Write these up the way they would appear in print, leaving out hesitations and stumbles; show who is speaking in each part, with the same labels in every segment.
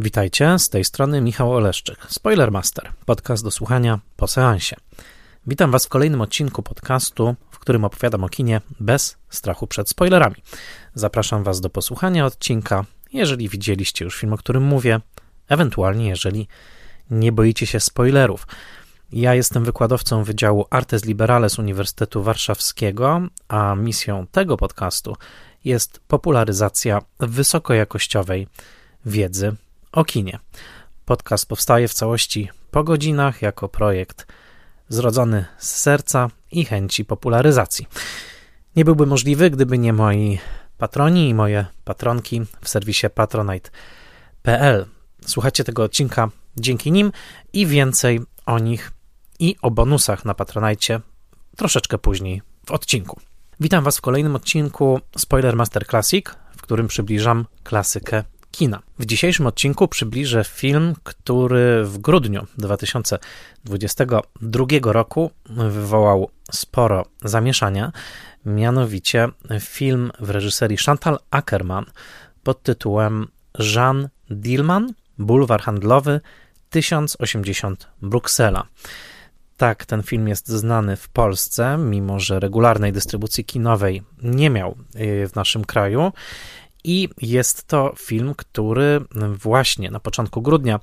Speaker 1: Witajcie, z tej strony Michał Oleszczyk, Spoilermaster, podcast do słuchania po seansie. Witam Was w kolejnym odcinku podcastu, w którym opowiadam o kinie bez strachu przed spoilerami. Zapraszam Was do posłuchania odcinka, jeżeli widzieliście już film, o którym mówię, ewentualnie jeżeli nie boicie się spoilerów. Ja jestem wykładowcą Wydziału Artes Liberales Uniwersytetu Warszawskiego, a misją tego podcastu jest popularyzacja wysokojakościowej wiedzy o kinie. Podcast powstaje w całości po godzinach jako projekt zrodzony z serca i chęci popularyzacji. Nie byłby możliwy, gdyby nie moi patroni i moje patronki w serwisie patronite.pl. Słuchacie tego odcinka dzięki nim i więcej o nich i o bonusach na Patronite troszeczkę później w odcinku. Witam Was w kolejnym odcinku Spoilermaster Classic, w którym przybliżam klasykę kina. W dzisiejszym odcinku przybliżę film, który w grudniu 2022 roku wywołał sporo zamieszania, mianowicie film w reżyserii Chantal Akerman pod tytułem Jeanne Dielman, Bulwar handlowy 1080 Bruksela. Tak, ten film jest znany w Polsce, mimo że regularnej dystrybucji kinowej nie miał w naszym kraju. I jest to film, który właśnie na początku grudnia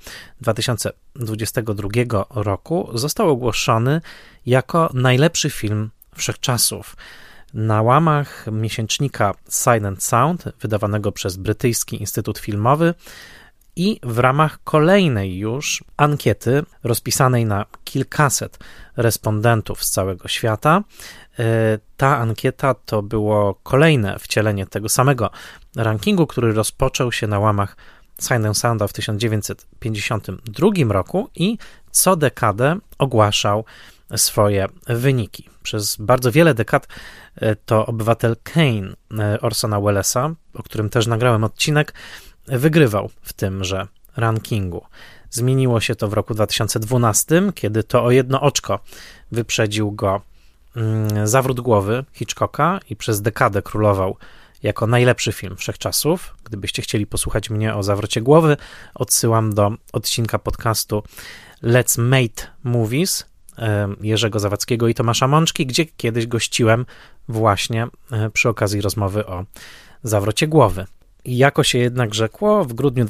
Speaker 1: 2022 roku został ogłoszony jako najlepszy film wszechczasów. Na łamach miesięcznika Sight & Sound, wydawanego przez Brytyjski Instytut Filmowy, i w ramach kolejnej już ankiety rozpisanej na kilkaset respondentów z całego świata. Ta ankieta to było kolejne wcielenie tego samego rankingu, który rozpoczął się na łamach Sight & Sounda w 1952 roku i co dekadę ogłaszał swoje wyniki. Przez bardzo wiele dekad to Obywatel Kane Orsona Wellesa, o którym też nagrałem odcinek, wygrywał w tymże rankingu. Zmieniło się to w roku 2012, kiedy to o jedno oczko wyprzedził go Zawrót głowy Hitchcocka i przez dekadę królował jako najlepszy film wszechczasów. Gdybyście chcieli posłuchać mnie o Zawrocie głowy, odsyłam do odcinka podcastu Let's Mate Movies Jerzego Zawadzkiego i Tomasza Mączki, gdzie kiedyś gościłem właśnie przy okazji rozmowy o Zawrocie głowy. I jako się jednak rzekło, w grudniu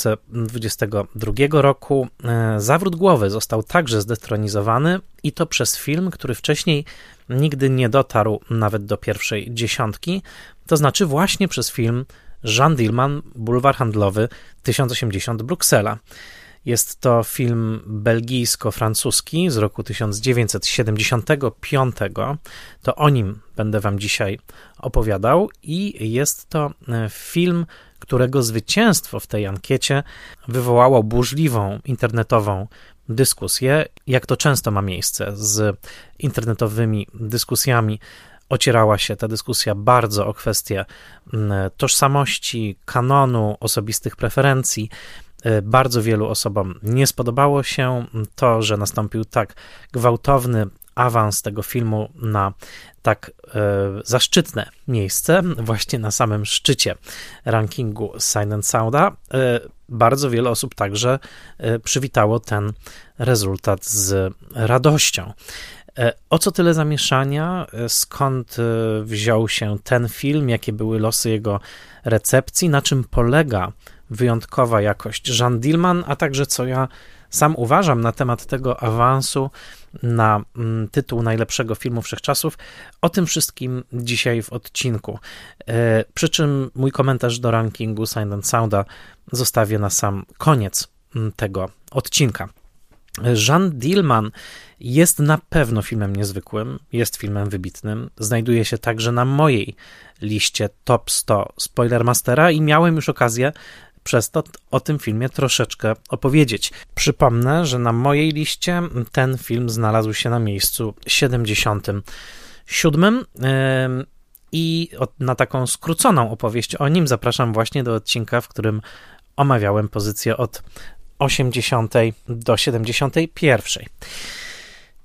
Speaker 1: 2022 roku Zawrót głowy został także zdetronizowany i to przez film, który wcześniej nigdy nie dotarł nawet do pierwszej dziesiątki, to znaczy właśnie przez film Jeanne Dielman, Bulwar handlowy 1080 Bruksela. Jest to film belgijsko-francuski z roku 1975. To o nim będę Wam dzisiaj opowiadał i jest to film, którego zwycięstwo w tej ankiecie wywołało burzliwą internetową dyskusję, jak to często ma miejsce z internetowymi dyskusjami. Ocierała się ta dyskusja bardzo o kwestie tożsamości, kanonu, osobistych preferencji. Bardzo wielu osobom nie spodobało się to, że nastąpił tak gwałtowny awans tego filmu na tak zaszczytne miejsce, właśnie na samym szczycie rankingu Sight & Sounda. Bardzo wiele osób także przywitało ten rezultat z radością. O co tyle zamieszania? Skąd wziął się ten film? Jakie były losy jego recepcji? Na czym polega wyjątkowa jakość Jeanne Dielman, a także co ja sam uważam na temat tego awansu na tytuł najlepszego filmu wszechczasów. O tym wszystkim dzisiaj w odcinku. Przy czym mój komentarz do rankingu Sight & Sounda zostawię na sam koniec tego odcinka. Jeanne Dielman jest na pewno filmem niezwykłym, jest filmem wybitnym, znajduje się także na mojej liście top 100 Spoilermastera i miałem już okazję przez to o tym filmie troszeczkę opowiedzieć. Przypomnę, że na mojej liście ten film znalazł się na miejscu 77 i na taką skróconą opowieść o nim zapraszam właśnie do odcinka, w którym omawiałem pozycję od 80 do 71.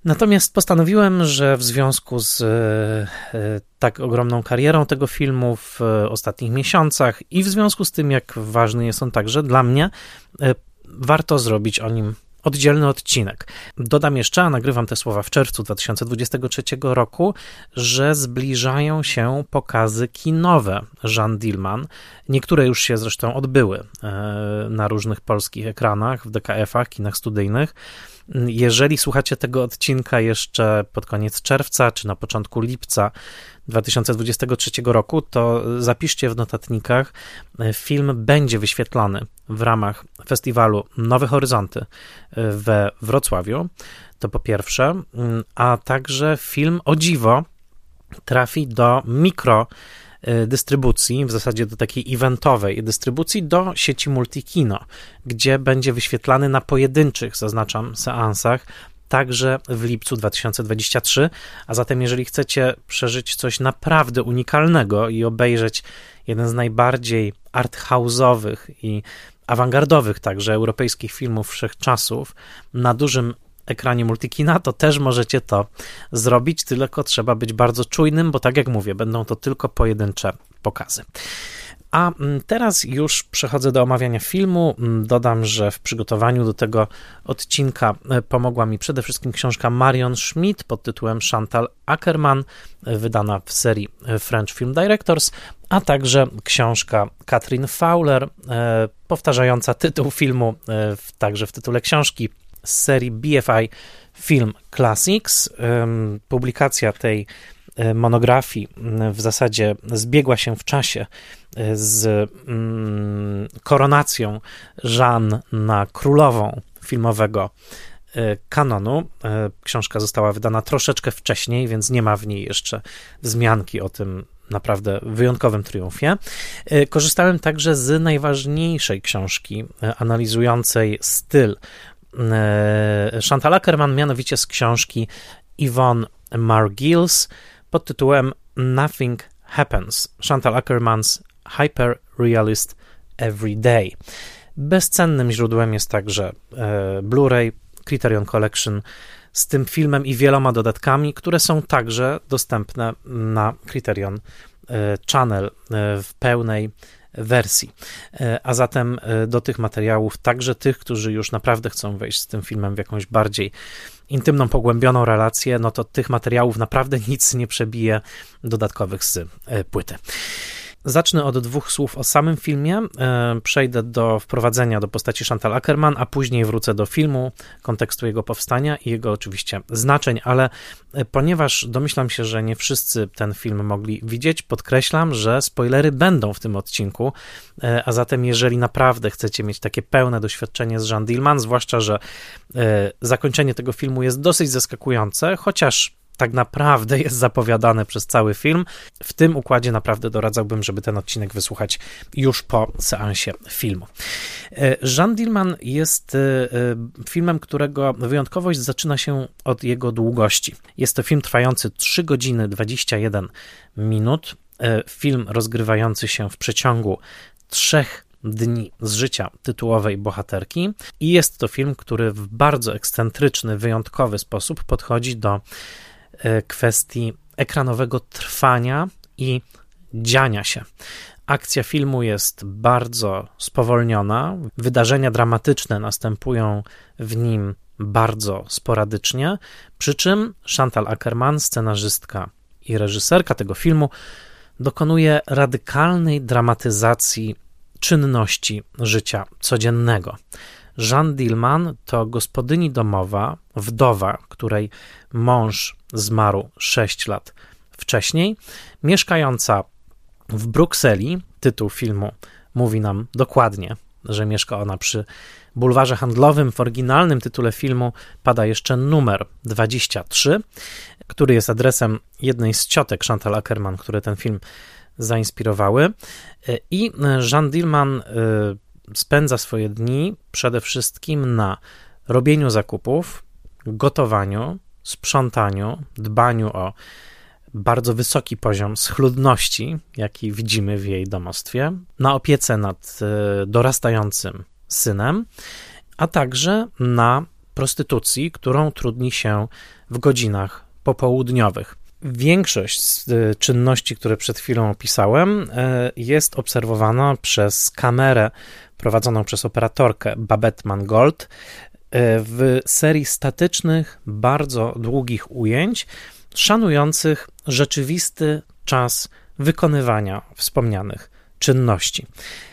Speaker 1: Natomiast postanowiłem, że w związku z tak ogromną karierą tego filmu w ostatnich miesiącach i w związku z tym, jak ważny jest on także dla mnie, warto zrobić o nim oddzielny odcinek. Dodam jeszcze, a nagrywam te słowa w czerwcu 2023 roku, że zbliżają się pokazy kinowe Jeanne Dielman. Niektóre już się zresztą odbyły na różnych polskich ekranach, w DKF-ach, kinach studyjnych. Jeżeli słuchacie tego odcinka jeszcze pod koniec czerwca czy na początku lipca 2023 roku, to zapiszcie w notatnikach, film będzie wyświetlany w ramach festiwalu Nowe Horyzonty we Wrocławiu, to po pierwsze, a także film o dziwo trafi do mikrodystrybucji, w zasadzie do takiej eventowej dystrybucji, do sieci Multikino, gdzie będzie wyświetlany na pojedynczych, zaznaczam, seansach, także w lipcu 2023, a zatem jeżeli chcecie przeżyć coś naprawdę unikalnego i obejrzeć jeden z najbardziej arthouse'owych i awangardowych także europejskich filmów wszechczasów na dużym ekranie Multikina, to też możecie to zrobić, tylko trzeba być bardzo czujnym, bo tak jak mówię, będą to tylko pojedyncze pokazy. A teraz już przechodzę do omawiania filmu. Dodam, że w przygotowaniu do tego odcinka pomogła mi przede wszystkim książka Marion Schmidt pod tytułem Chantal Akerman, wydana w serii French Film Directors, a także książka Katrin Fowler, powtarzająca tytuł filmu, także w tytule książki z serii BFI Film Classics. Publikacja tej monografii w zasadzie zbiegła się w czasie z koronacją Jeanne na królową filmowego kanonu. Książka została wydana troszeczkę wcześniej, więc nie ma w niej jeszcze wzmianki o tym naprawdę wyjątkowym triumfie. Korzystałem także z najważniejszej książki analizującej styl Chantal Akerman, mianowicie z książki Yvonne Margulies pod tytułem Nothing Happens. Chantal Akerman's Hyper-Realist Everyday. Bezcennym źródłem jest także Blu-ray Criterion Collection z tym filmem i wieloma dodatkami, które są także dostępne na Criterion Channel w pełnej wersji. A zatem do tych materiałów, także tych, którzy już naprawdę chcą wejść z tym filmem w jakąś bardziej intymną, pogłębioną relację, no to tych materiałów naprawdę nic nie przebije dodatkowych z płyty. Zacznę od dwóch słów o samym filmie, przejdę do wprowadzenia do postaci Chantal Akerman, a później wrócę do filmu, kontekstu jego powstania i jego oczywiście znaczeń, ale ponieważ domyślam się, że nie wszyscy ten film mogli widzieć, podkreślam, że spoilery będą w tym odcinku, a zatem jeżeli naprawdę chcecie mieć takie pełne doświadczenie z Jeanne Dielman, zwłaszcza, że zakończenie tego filmu jest dosyć zaskakujące, chociaż tak naprawdę jest zapowiadane przez cały film. W tym układzie naprawdę doradzałbym, żeby ten odcinek wysłuchać już po seansie filmu. Jeanne Dielman jest filmem, którego wyjątkowość zaczyna się od jego długości. Jest to film trwający 3 godziny 21 minut. Film rozgrywający się w przeciągu 3 dni z życia tytułowej bohaterki i jest to film, który w bardzo ekscentryczny, wyjątkowy sposób podchodzi do kwestii ekranowego trwania i dziania się. Akcja filmu jest bardzo spowolniona, wydarzenia dramatyczne następują w nim bardzo sporadycznie, przy czym Chantal Akerman, scenarzystka i reżyserka tego filmu, dokonuje radykalnej dramatyzacji czynności życia codziennego. Jeanne Dielman to gospodyni domowa, wdowa, której mąż zmarł 6 lat wcześniej, mieszkająca w Brukseli. Tytuł filmu mówi nam dokładnie, że mieszka ona przy bulwarze handlowym. W oryginalnym tytule filmu pada jeszcze numer 23, który jest adresem jednej z ciotek Chantal Akerman, które ten film zainspirowały. I Jeanne Dielman spędza swoje dni przede wszystkim na robieniu zakupów, gotowaniu, sprzątaniu, dbaniu o bardzo wysoki poziom schludności, jaki widzimy w jej domostwie, na opiece nad dorastającym synem, a także na prostytucji, którą trudni się w godzinach popołudniowych. Większość z czynności, które przed chwilą opisałem, jest obserwowana przez kamerę prowadzoną przez operatorkę Babette Mangold w serii statycznych, bardzo długich ujęć, szanujących rzeczywisty czas wykonywania wspomnianych czynności.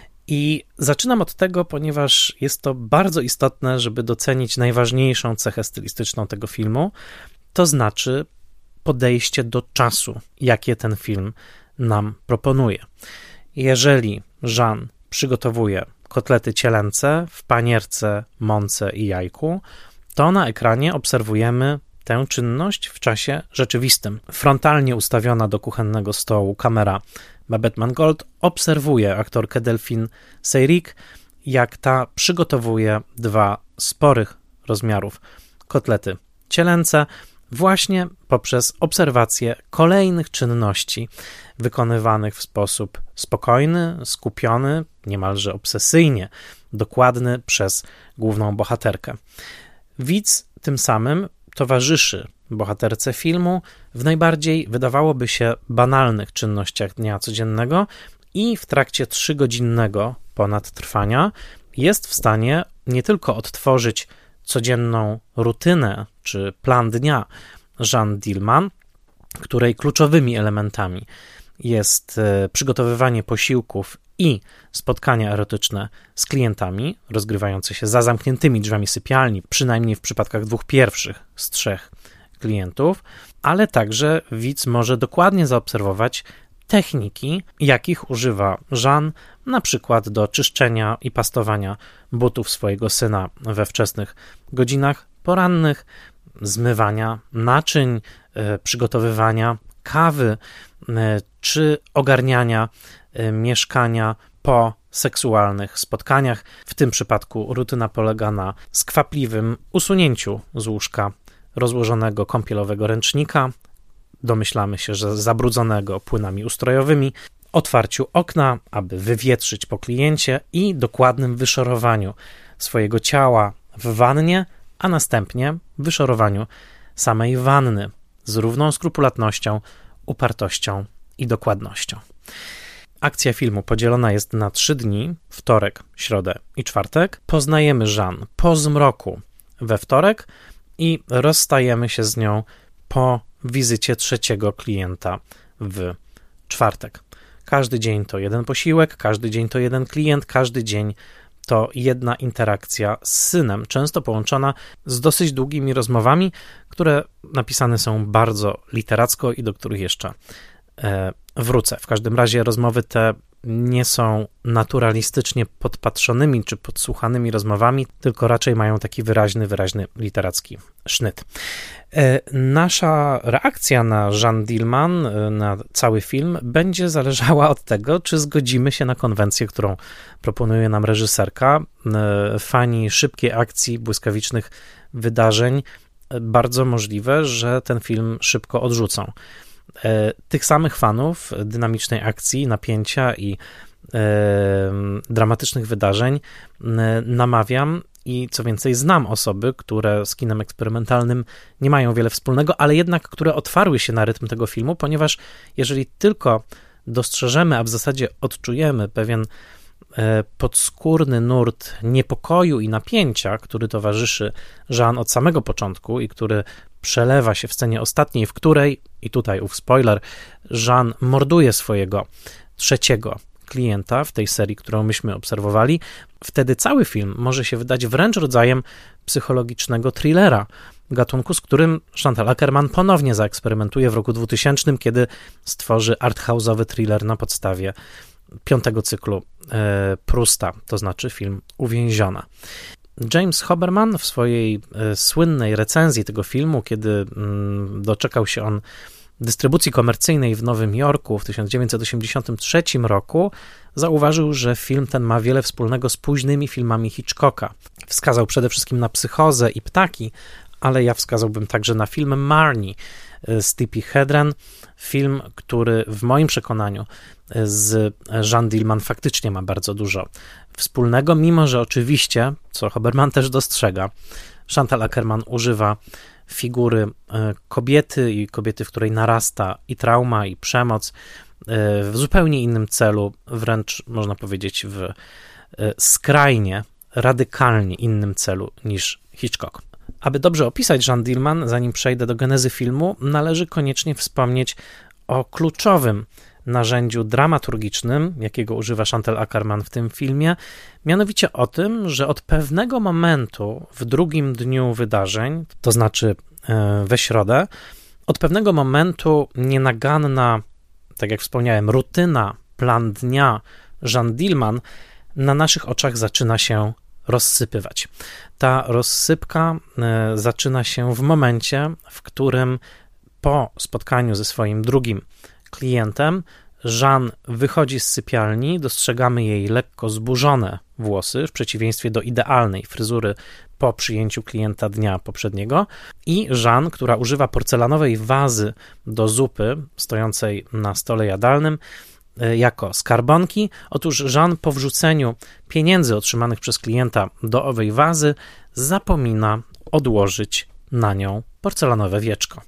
Speaker 1: I zaczynam od tego, ponieważ jest to bardzo istotne, żeby docenić najważniejszą cechę stylistyczną tego filmu, to znaczy podejście do czasu, jakie ten film nam proponuje. Jeżeli Jean przygotowuje kotlety cielęce w panierce, mące i jajku, to na ekranie obserwujemy tę czynność w czasie rzeczywistym. Frontalnie ustawiona do kuchennego stołu kamera Babette Mangold obserwuje aktorkę Delphine Seyrig, jak ta przygotowuje 2 sporych rozmiarów kotlety cielęce, właśnie poprzez obserwację kolejnych czynności wykonywanych w sposób spokojny, skupiony, niemalże obsesyjnie dokładny przez główną bohaterkę. Widz tym samym towarzyszy bohaterce filmu w najbardziej, wydawałoby się, banalnych czynnościach dnia codziennego i w trakcie 3-godzinnego ponad trwania jest w stanie nie tylko odtworzyć codzienną rutynę czy plan dnia Jeanne Dielman, której kluczowymi elementami jest przygotowywanie posiłków i spotkania erotyczne z klientami, rozgrywające się za zamkniętymi drzwiami sypialni, przynajmniej w przypadkach 2 pierwszych z 3 klientów, ale także widz może dokładnie zaobserwować techniki, jakich używa Jeanne, na przykład do czyszczenia i pastowania butów swojego syna we wczesnych godzinach porannych, zmywania naczyń, przygotowywania kawy, czy ogarniania mieszkania po seksualnych spotkaniach. W tym przypadku rutyna polega na skwapliwym usunięciu z łóżka rozłożonego kąpielowego ręcznika, domyślamy się, że zabrudzonego płynami ustrojowymi, otwarciu okna, aby wywietrzyć po kliencie i dokładnym wyszorowaniu swojego ciała w wannie, a następnie wyszorowaniu samej wanny z równą skrupulatnością, upartością i dokładnością. Akcja filmu podzielona jest na 3 dni, wtorek, środę i czwartek. Poznajemy Jeanne po zmroku we wtorek i rozstajemy się z nią po wizycie 3. klienta w czwartek. Każdy dzień to 1 posiłek, każdy dzień to 1 klient, każdy dzień to 1 interakcja z synem, często połączona z dosyć długimi rozmowami, które napisane są bardzo literacko i do których jeszcze wrócę. W każdym razie rozmowy te nie są naturalistycznie podpatrzonymi czy podsłuchanymi rozmowami, tylko raczej mają taki wyraźny literacki sznyt. Nasza reakcja na Jeanne Dielman, na cały film, będzie zależała od tego, czy zgodzimy się na konwencję, którą proponuje nam reżyserka. Fani szybkiej akcji, błyskawicznych wydarzeń, bardzo możliwe, że ten film szybko odrzucą. Tych samych fanów dynamicznej akcji, napięcia i dramatycznych wydarzeń namawiam i co więcej znam osoby, które z kinem eksperymentalnym nie mają wiele wspólnego, ale jednak które otwarły się na rytm tego filmu, ponieważ jeżeli tylko dostrzeżemy, a w zasadzie odczujemy pewien podskórny nurt niepokoju i napięcia, który towarzyszy Jeanne od samego początku i który przelewa się w scenie ostatniej, w której, i tutaj ów spoiler, Jeanne morduje swojego 3. klienta w tej serii, którą myśmy obserwowali, wtedy cały film może się wydać wręcz rodzajem psychologicznego thrillera, gatunku, z którym Chantal Akerman ponownie zaeksperymentuje w roku 2000, kiedy stworzy arthouse'owy thriller na podstawie 5. cyklu Prousta, to znaczy film Uwięziona. James Hoberman w swojej słynnej recenzji tego filmu, kiedy doczekał się on dystrybucji komercyjnej w Nowym Jorku w 1983 roku, zauważył, że film ten ma wiele wspólnego z późnymi filmami Hitchcocka. Wskazał przede wszystkim na Psychozę i Ptaki, ale ja wskazałbym także na film Marnie z Tippi Hedren, film, który w moim przekonaniu z Jeanne Dielman faktycznie ma bardzo dużo wspólnego, mimo że oczywiście, co Hoberman też dostrzega, Chantal Akerman używa figury kobiety i kobiety, w której narasta i trauma, i przemoc w zupełnie innym celu, wręcz można powiedzieć w skrajnie, radykalnie innym celu niż Hitchcock. Aby dobrze opisać Jeanne Dielman, zanim przejdę do genezy filmu, należy koniecznie wspomnieć o kluczowym narzędziu dramaturgicznym, jakiego używa Chantal Akerman w tym filmie, mianowicie o tym, że od pewnego momentu w drugim dniu wydarzeń, to znaczy we środę, od pewnego momentu nienaganna, tak jak wspomniałem, rutyna, plan dnia Jeanne Dielman na naszych oczach zaczyna się rozsypywać. Ta rozsypka zaczyna się w momencie, w którym po spotkaniu ze swoim drugim klientem Jeanne wychodzi z sypialni, dostrzegamy jej lekko zburzone włosy, w przeciwieństwie do idealnej fryzury po przyjęciu klienta dnia poprzedniego, i Jeanne, która używa porcelanowej wazy do zupy stojącej na stole jadalnym jako skarbonki. Otóż Jeanne po wrzuceniu pieniędzy otrzymanych przez klienta do owej wazy zapomina odłożyć na nią porcelanowe wieczko.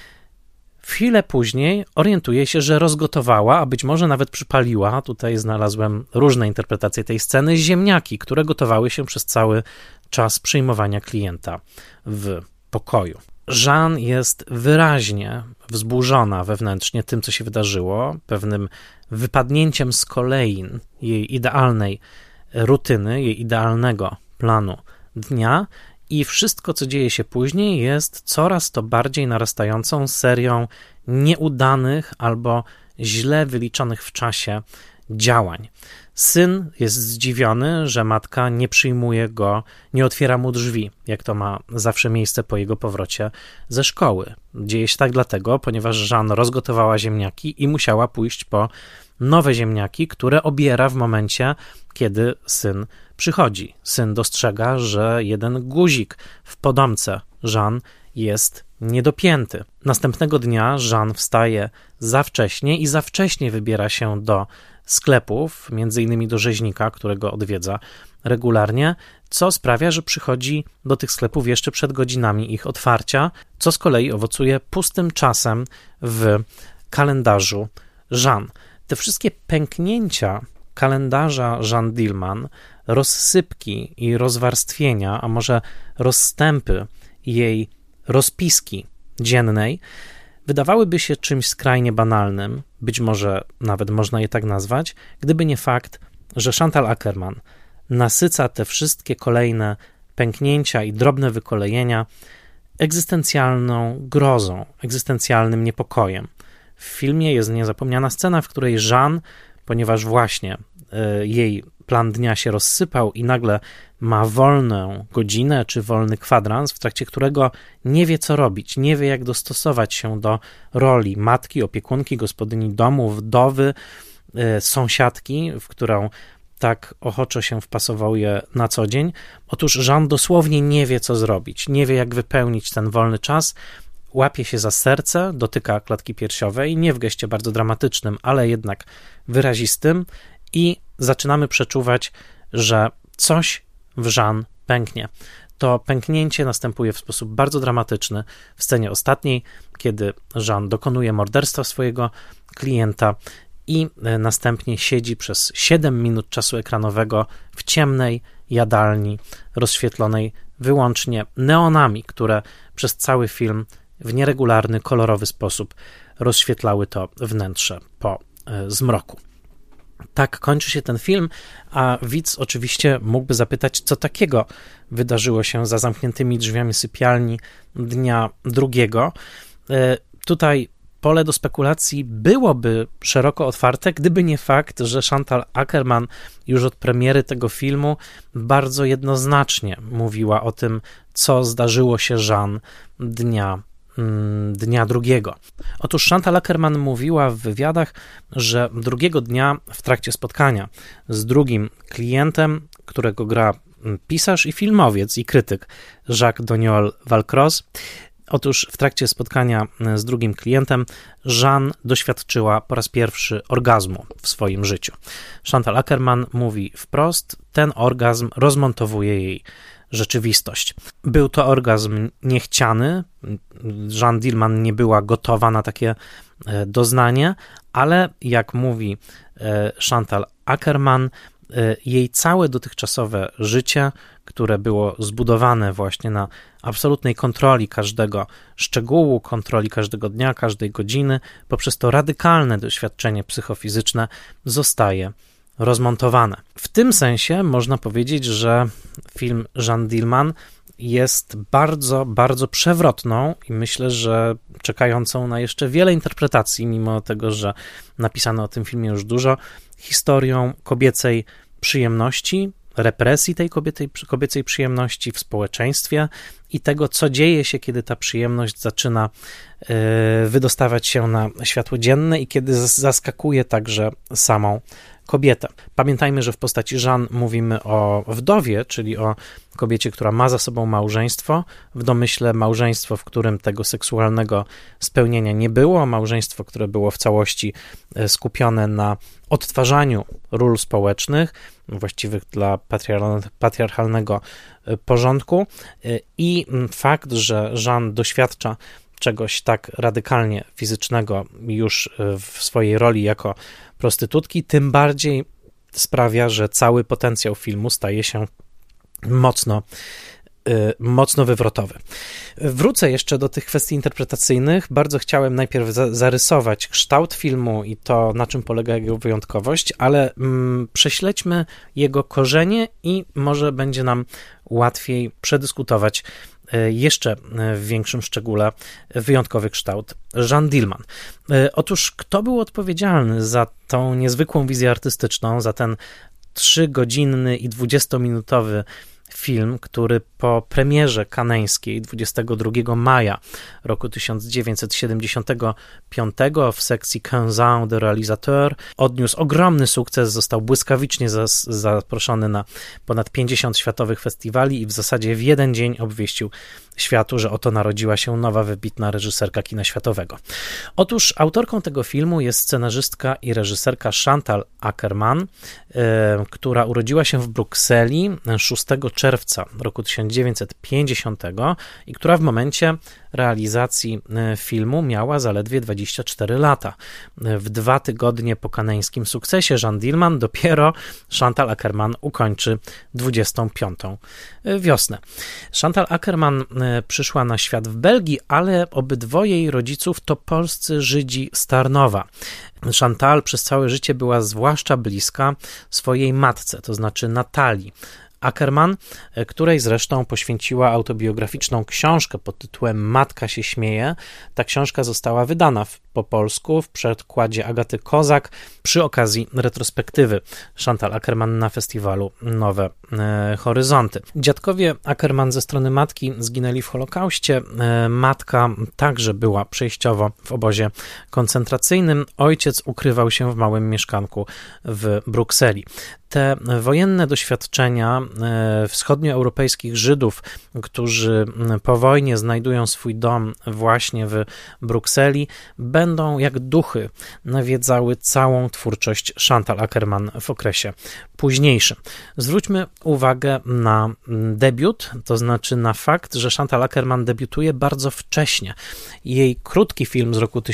Speaker 1: Chwilę później orientuje się, że rozgotowała, a być może nawet przypaliła, tutaj znalazłem różne interpretacje tej sceny, ziemniaki, które gotowały się przez cały czas przyjmowania klienta w pokoju. Jeanne jest wyraźnie wzburzona wewnętrznie tym, co się wydarzyło, pewnym wypadnięciem z kolejn jej idealnej rutyny, jej idealnego planu dnia, i wszystko, co dzieje się później, jest coraz to bardziej narastającą serią nieudanych albo źle wyliczonych w czasie działań. Syn jest zdziwiony, że matka nie przyjmuje go, nie otwiera mu drzwi, jak to ma zawsze miejsce po jego powrocie ze szkoły. Dzieje się tak dlatego, ponieważ Jeanne rozgotowała ziemniaki i musiała pójść po nowe ziemniaki, które obiera w momencie, kiedy syn przychodzi. Syn dostrzega, że jeden guzik w podomce Jeanne jest niedopięty. Następnego dnia Jeanne wstaje za wcześnie i za wcześnie wybiera się do sklepów, między innymi do rzeźnika, którego odwiedza regularnie, co sprawia, że przychodzi do tych sklepów jeszcze przed godzinami ich otwarcia, co z kolei owocuje pustym czasem w kalendarzu Jeanne. Te wszystkie pęknięcia kalendarza Jeanne Dielman, rozsypki i rozwarstwienia, a może rozstępy jej rozpiski dziennej, wydawałyby się czymś skrajnie banalnym, być może nawet można je tak nazwać, gdyby nie fakt, że Chantal Akerman nasyca te wszystkie kolejne pęknięcia i drobne wykolejenia egzystencjalną grozą, egzystencjalnym niepokojem. W filmie jest niezapomniana scena, w której Jeanne, ponieważ właśnie jej plan dnia się rozsypał i nagle ma wolną godzinę czy wolny kwadrans, w trakcie którego nie wie, co robić, nie wie, jak dostosować się do roli matki, opiekunki, gospodyni domu, wdowy, sąsiadki, w którą tak ochoczo się wpasowuje na co dzień. Otóż Jeanne dosłownie nie wie, co zrobić, nie wie, jak wypełnić ten wolny czas, łapie się za serce, dotyka klatki piersiowej, nie w geście bardzo dramatycznym, ale jednak wyrazistym, i zaczynamy przeczuwać, że coś w Jeanne pęknie. To pęknięcie następuje w sposób bardzo dramatyczny w scenie ostatniej, kiedy Jeanne dokonuje morderstwa swojego klienta i następnie siedzi przez 7 minut czasu ekranowego w ciemnej jadalni, rozświetlonej wyłącznie neonami, które przez cały film w nieregularny, kolorowy sposób rozświetlały to wnętrze po zmroku. Tak kończy się ten film, a widz oczywiście mógłby zapytać, co takiego wydarzyło się za zamkniętymi drzwiami sypialni dnia drugiego. Tutaj pole do spekulacji byłoby szeroko otwarte, gdyby nie fakt, że Chantal Akerman już od premiery tego filmu bardzo jednoznacznie mówiła o tym, co zdarzyło się Jeanne dnia drugiego. Otóż Chantal Akerman mówiła w wywiadach, że drugiego dnia w trakcie spotkania z drugim klientem, którego gra pisarz i filmowiec i krytyk Jacques Doniol-Valcroze, otóż w trakcie spotkania z drugim klientem Jeanne doświadczyła po raz pierwszy orgazmu w swoim życiu. Chantal Akerman mówi wprost, ten orgazm rozmontowuje jej rzeczywistość. Był to orgazm niechciany. Jeanne Dielman nie była gotowa na takie doznanie, ale jak mówi Chantal Akerman, jej całe dotychczasowe życie, które było zbudowane właśnie na absolutnej kontroli każdego szczegółu, kontroli każdego dnia, każdej godziny, poprzez to radykalne doświadczenie psychofizyczne zostaje rozmontowane. W tym sensie można powiedzieć, że film Jeanne Dielman jest bardzo, bardzo przewrotną i myślę, że czekającą na jeszcze wiele interpretacji, mimo tego, że napisano o tym filmie już dużo, historią kobiecej przyjemności, represji tej kobiecej przyjemności w społeczeństwie i tego, co dzieje się, kiedy ta przyjemność zaczyna wydostawać się na światło dzienne i kiedy zaskakuje także samą kobietę. Pamiętajmy, że w postaci Jeanne mówimy o wdowie, czyli o kobiecie, która ma za sobą małżeństwo, w domyśle małżeństwo, w którym tego seksualnego spełnienia nie było, małżeństwo, które było w całości skupione na odtwarzaniu ról społecznych, właściwych dla patriarchalnego porządku i fakt, że Jeanne doświadcza czegoś tak radykalnie fizycznego już w swojej roli jako prostytutki, tym bardziej sprawia, że cały potencjał filmu staje się mocno wywrotowy. Wrócę jeszcze do tych kwestii interpretacyjnych. Bardzo chciałem najpierw zarysować kształt filmu i to, na czym polega jego wyjątkowość, ale prześledźmy jego korzenie i może będzie nam łatwiej przedyskutować jeszcze w większym szczególe wyjątkowy kształt Jeanne Dielman. Otóż kto był odpowiedzialny za tą niezwykłą wizję artystyczną, za ten 3-godzinny i 20-minutowy film, który po premierze kaneńskiej 22 maja roku 1975 w sekcji 15 ans de réalisateur odniósł ogromny sukces, został błyskawicznie zaproszony na ponad 50 światowych festiwali i w zasadzie w jeden dzień obwieścił światu, że oto narodziła się nowa, wybitna reżyserka kina światowego. Otóż autorką tego filmu jest scenarzystka i reżyserka Chantal Akerman, która urodziła się w Brukseli 6 czerwca roku 1950 i która w momencie realizacji filmu miała zaledwie 24 lata. W 2 tygodnie po kaneńskim sukcesie Jeanne Dielman dopiero Chantal Akerman ukończy 25. wiosnę. Chantal Akerman przyszła na świat w Belgii, ale obydwoje jej rodziców to polscy Żydzi z Tarnowa. Chantal przez całe życie była zwłaszcza bliska swojej matce, to znaczy Natalii Akerman, której zresztą poświęciła autobiograficzną książkę pod tytułem Matka się śmieje. Ta książka została wydana po polsku w przekładzie Agaty Kozak przy okazji retrospektywy Chantal Akerman na festiwalu Nowe Horyzonty. Dziadkowie Akerman ze strony matki zginęli w Holokauście. Matka także była przejściowo w obozie koncentracyjnym. Ojciec ukrywał się w małym mieszkanku w Brukseli. Te wojenne doświadczenia wschodnioeuropejskich Żydów, którzy po wojnie znajdują swój dom właśnie w Brukseli, będą jak duchy nawiedzały całą twórczość Chantal Akerman w okresie późniejszym. Zwróćmy uwagę na debiut, to znaczy na fakt, że Chantal Akerman debiutuje bardzo wcześnie. Jej krótki film z roku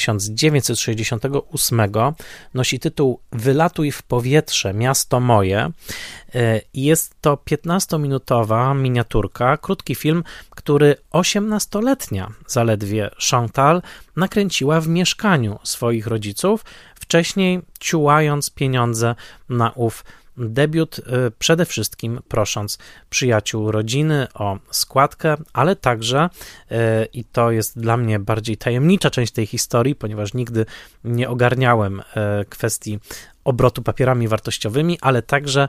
Speaker 1: 1968 nosi tytuł Wylatuj w powietrze, miasto moje. Jest to 15-minutowa miniaturka, krótki film, który 18-letnia zaledwie Chantal nakręciła w mieszkaniu swoich rodziców, wcześniej ciułając pieniądze na ów debiut, przede wszystkim prosząc przyjaciół rodziny o składkę, ale także, i to jest dla mnie bardziej tajemnicza część tej historii, ponieważ nigdy nie ogarniałem kwestii obrotu papierami wartościowymi, ale także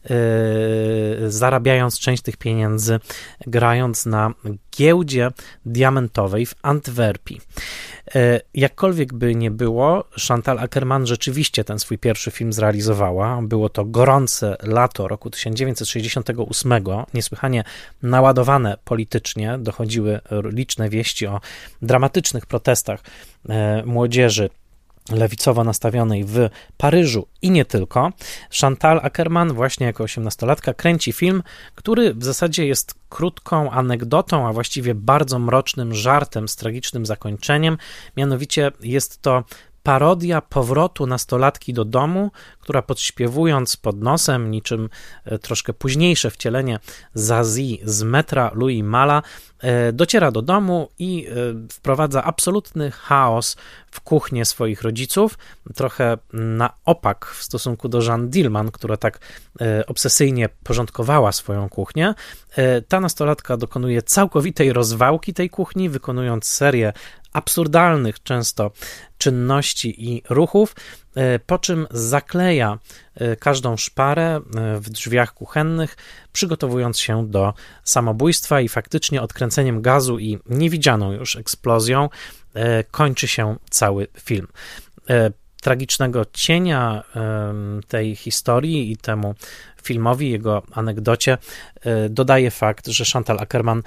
Speaker 1: zarabiając część tych pieniędzy, grając na giełdzie diamentowej w Antwerpii. Jakkolwiek by nie było, Chantal Akerman rzeczywiście ten swój pierwszy film zrealizowała. Było to gorące lato roku 1968, niesłychanie naładowane politycznie. Dochodziły liczne wieści o dramatycznych protestach młodzieży lewicowo nastawionej w Paryżu i nie tylko, Chantal Akerman właśnie jako 18-latka kręci film, który w zasadzie jest krótką anegdotą, a właściwie bardzo mrocznym żartem z tragicznym zakończeniem. Mianowicie jest to parodia powrotu nastolatki do domu, która podśpiewując pod nosem, niczym troszkę późniejsze wcielenie Zazie z Metra Louis Malla, dociera do domu i wprowadza absolutny chaos w kuchnię swoich rodziców, trochę na opak w stosunku do Jeanne Dillman, która tak obsesyjnie porządkowała swoją kuchnię. Ta nastolatka dokonuje całkowitej rozwałki tej kuchni, wykonując serię absurdalnych często czynności i ruchów, po czym zakleja każdą szparę w drzwiach kuchennych, przygotowując się do samobójstwa i faktycznie odkręceniem gazu i niewidzianą już eksplozją kończy się cały film. Tragicznego cienia tej historii i temu filmowi, jego anegdocie dodaje fakt, że Chantal Akerman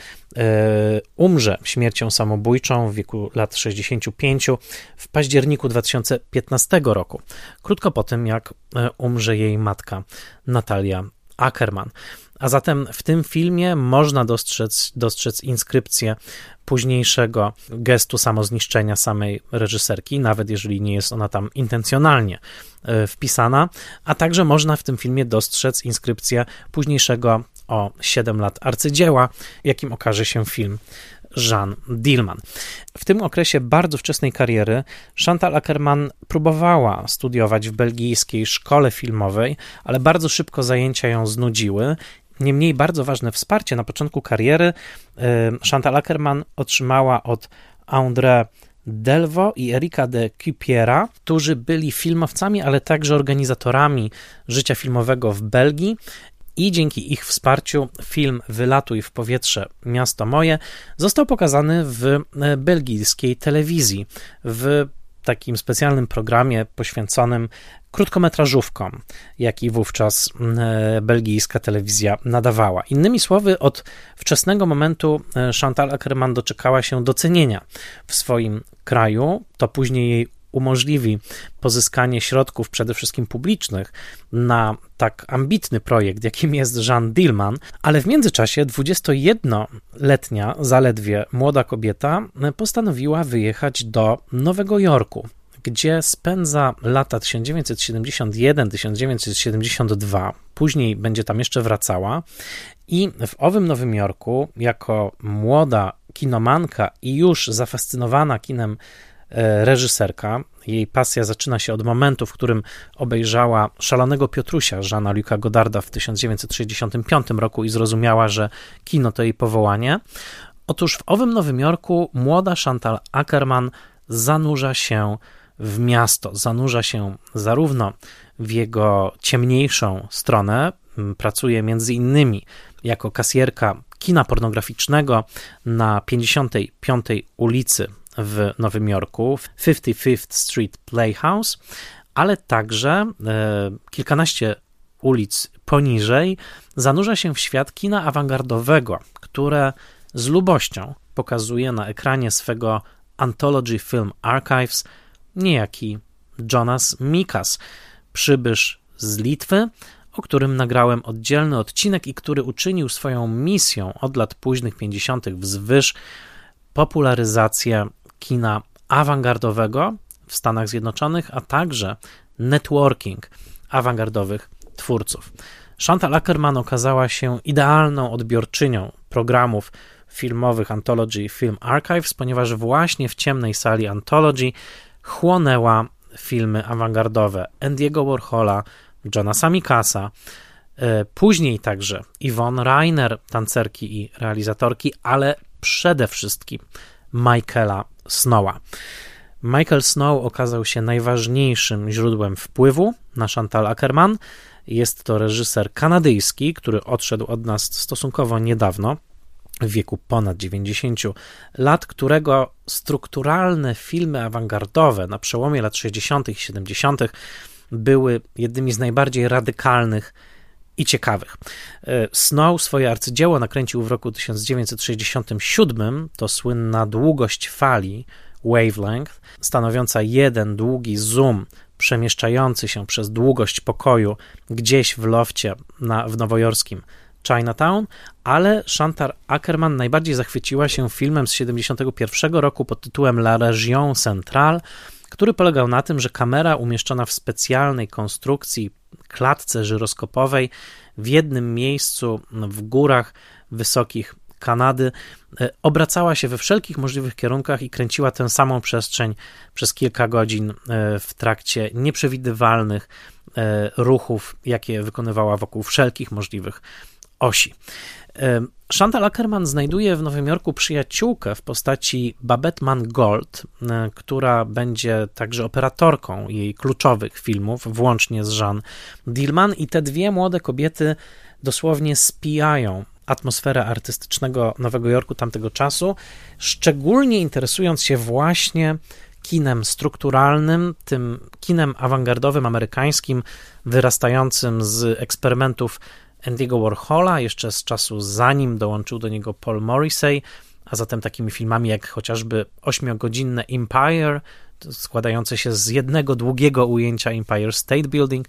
Speaker 1: umrze śmiercią samobójczą w wieku lat 65 w październiku 2015 roku, krótko po tym, jak umrze jej matka Natalia Akerman. A zatem w tym filmie można dostrzec inskrypcję późniejszego gestu samozniszczenia samej reżyserki, nawet jeżeli nie jest ona tam intencjonalnie wpisana, a także można w tym filmie dostrzec inskrypcję późniejszego o 7 lat arcydzieła, jakim okaże się film Jeanne Dillman. W tym okresie bardzo wczesnej kariery Chantal Akerman próbowała studiować w belgijskiej szkole filmowej, ale bardzo szybko zajęcia ją znudziły. Niemniej bardzo ważne wsparcie na początku kariery Chantal Akerman otrzymała od André Delvaux i Erika de Cupiera, którzy byli filmowcami, ale także organizatorami życia filmowego w Belgii. I dzięki ich wsparciu film Wylatuj w powietrze, miasto moje został pokazany w belgijskiej telewizji, w takim specjalnym programie poświęconym krótkometrażówkom, jaki wówczas belgijska telewizja nadawała. Innymi słowy, od wczesnego momentu Chantal Akerman doczekała się docenienia w swoim kraju, to później jej umożliwi pozyskanie środków, przede wszystkim publicznych, na tak ambitny projekt, jakim jest Jeanne Dillman, ale w międzyczasie 21-letnia zaledwie młoda kobieta postanowiła wyjechać do Nowego Jorku, gdzie spędza lata 1971-1972, później będzie tam jeszcze wracała i w owym Nowym Jorku jako młoda kinomanka i już zafascynowana kinem reżyserka, jej pasja zaczyna się od momentu, w którym obejrzała Szalonego Piotrusia Jeana-Luca Godarda w 1965 roku i zrozumiała, że kino to jej powołanie. Otóż w owym Nowym Jorku młoda Chantal Akerman zanurza się w miasto, zanurza się zarówno w jego ciemniejszą stronę, pracuje między innymi jako kasjerka kina pornograficznego na 55 ulicy w Nowym Jorku, 55th Street Playhouse, ale także kilkanaście ulic poniżej zanurza się w świat kina awangardowego, które z lubością pokazuje na ekranie swego Anthology Film Archives niejaki Jonas Mikas, przybysz z Litwy, o którym nagrałem oddzielny odcinek i który uczynił swoją misją od lat późnych 50. wzwyż popularyzację kina awangardowego w Stanach Zjednoczonych, a także networking awangardowych twórców. Chantal Akerman okazała się idealną odbiorczynią programów filmowych Anthology Film Archives, ponieważ właśnie w ciemnej sali Anthology chłonęła filmy awangardowe Andy'ego Warhola, Jonasa Mikasa, później także Yvonne Rainer, tancerki i realizatorki, ale przede wszystkim Michaela Snowa. Michael Snow okazał się najważniejszym źródłem wpływu na Chantal Akerman. Jest to reżyser kanadyjski, który odszedł od nas stosunkowo niedawno, w wieku ponad 90 lat, którego strukturalne filmy awangardowe na przełomie lat 60. i 70. były jednymi z najbardziej radykalnych i ciekawych. Snow swoje arcydzieło nakręcił w roku 1967, to słynna Długość fali, wavelength, stanowiąca jeden długi zoom przemieszczający się przez długość pokoju gdzieś w lofcie w nowojorskim Chinatown, ale Chantal Akerman najbardziej zachwyciła się filmem z 1971 roku pod tytułem La Région Centrale, który polegał na tym, że kamera umieszczona w specjalnej konstrukcji, klatce żyroskopowej w jednym miejscu w górach wysokich Kanady obracała się we wszelkich możliwych kierunkach i kręciła tę samą przestrzeń przez kilka godzin w trakcie nieprzewidywalnych ruchów, jakie wykonywała wokół wszelkich możliwych osi. Chantal Akerman znajduje w Nowym Jorku przyjaciółkę w postaci Babette Mangold, która będzie także operatorką jej kluczowych filmów, włącznie z Jeanne Dillman, i te dwie młode kobiety dosłownie spijają atmosferę artystycznego Nowego Jorku tamtego czasu, szczególnie interesując się właśnie kinem strukturalnym, tym kinem awangardowym amerykańskim, wyrastającym z eksperymentów Andy'ego Warhola, jeszcze z czasu zanim dołączył do niego Paul Morrissey, a zatem takimi filmami jak chociażby 8-godzinne Empire, składające się z jednego długiego ujęcia Empire State Building,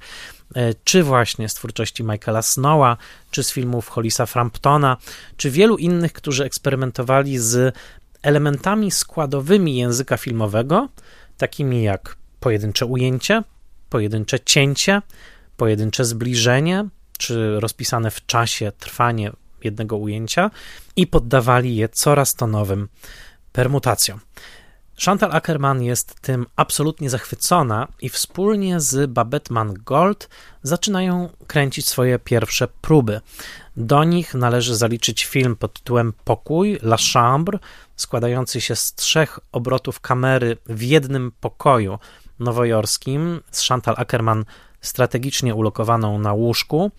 Speaker 1: czy właśnie z twórczości Michaela Snowa, czy z filmów Hollisa Framptona, czy wielu innych, którzy eksperymentowali z elementami składowymi języka filmowego, takimi jak pojedyncze ujęcie, pojedyncze cięcie, pojedyncze zbliżenie, czy rozpisane w czasie trwanie jednego ujęcia, i poddawali je coraz to nowym permutacjom. Chantal Akerman jest tym absolutnie zachwycona i wspólnie z Babette Mangold zaczynają kręcić swoje pierwsze próby. Do nich należy zaliczyć film pod tytułem Pokój, La Chambre, składający się z 3 obrotów kamery w jednym pokoju nowojorskim, z Chantal Akerman strategicznie ulokowaną na łóżku.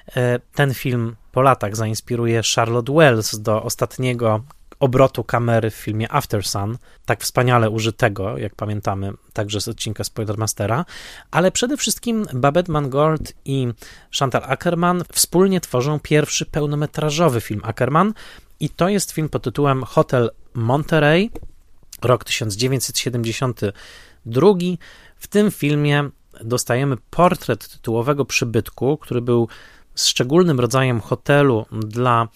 Speaker 1: Ten film po latach zainspiruje Charlotte Wells do ostatniego obrotu kamery w filmie After Sun, tak wspaniale użytego, jak pamiętamy, także z odcinka Spoilermastera, ale przede wszystkim Babette Mangold i Chantal Akerman wspólnie tworzą pierwszy pełnometrażowy film Akerman, i to jest film pod tytułem Hotel Monterey, rok 1972. W tym filmie dostajemy portret tytułowego przybytku, który był szczególnym rodzajem hotelu dla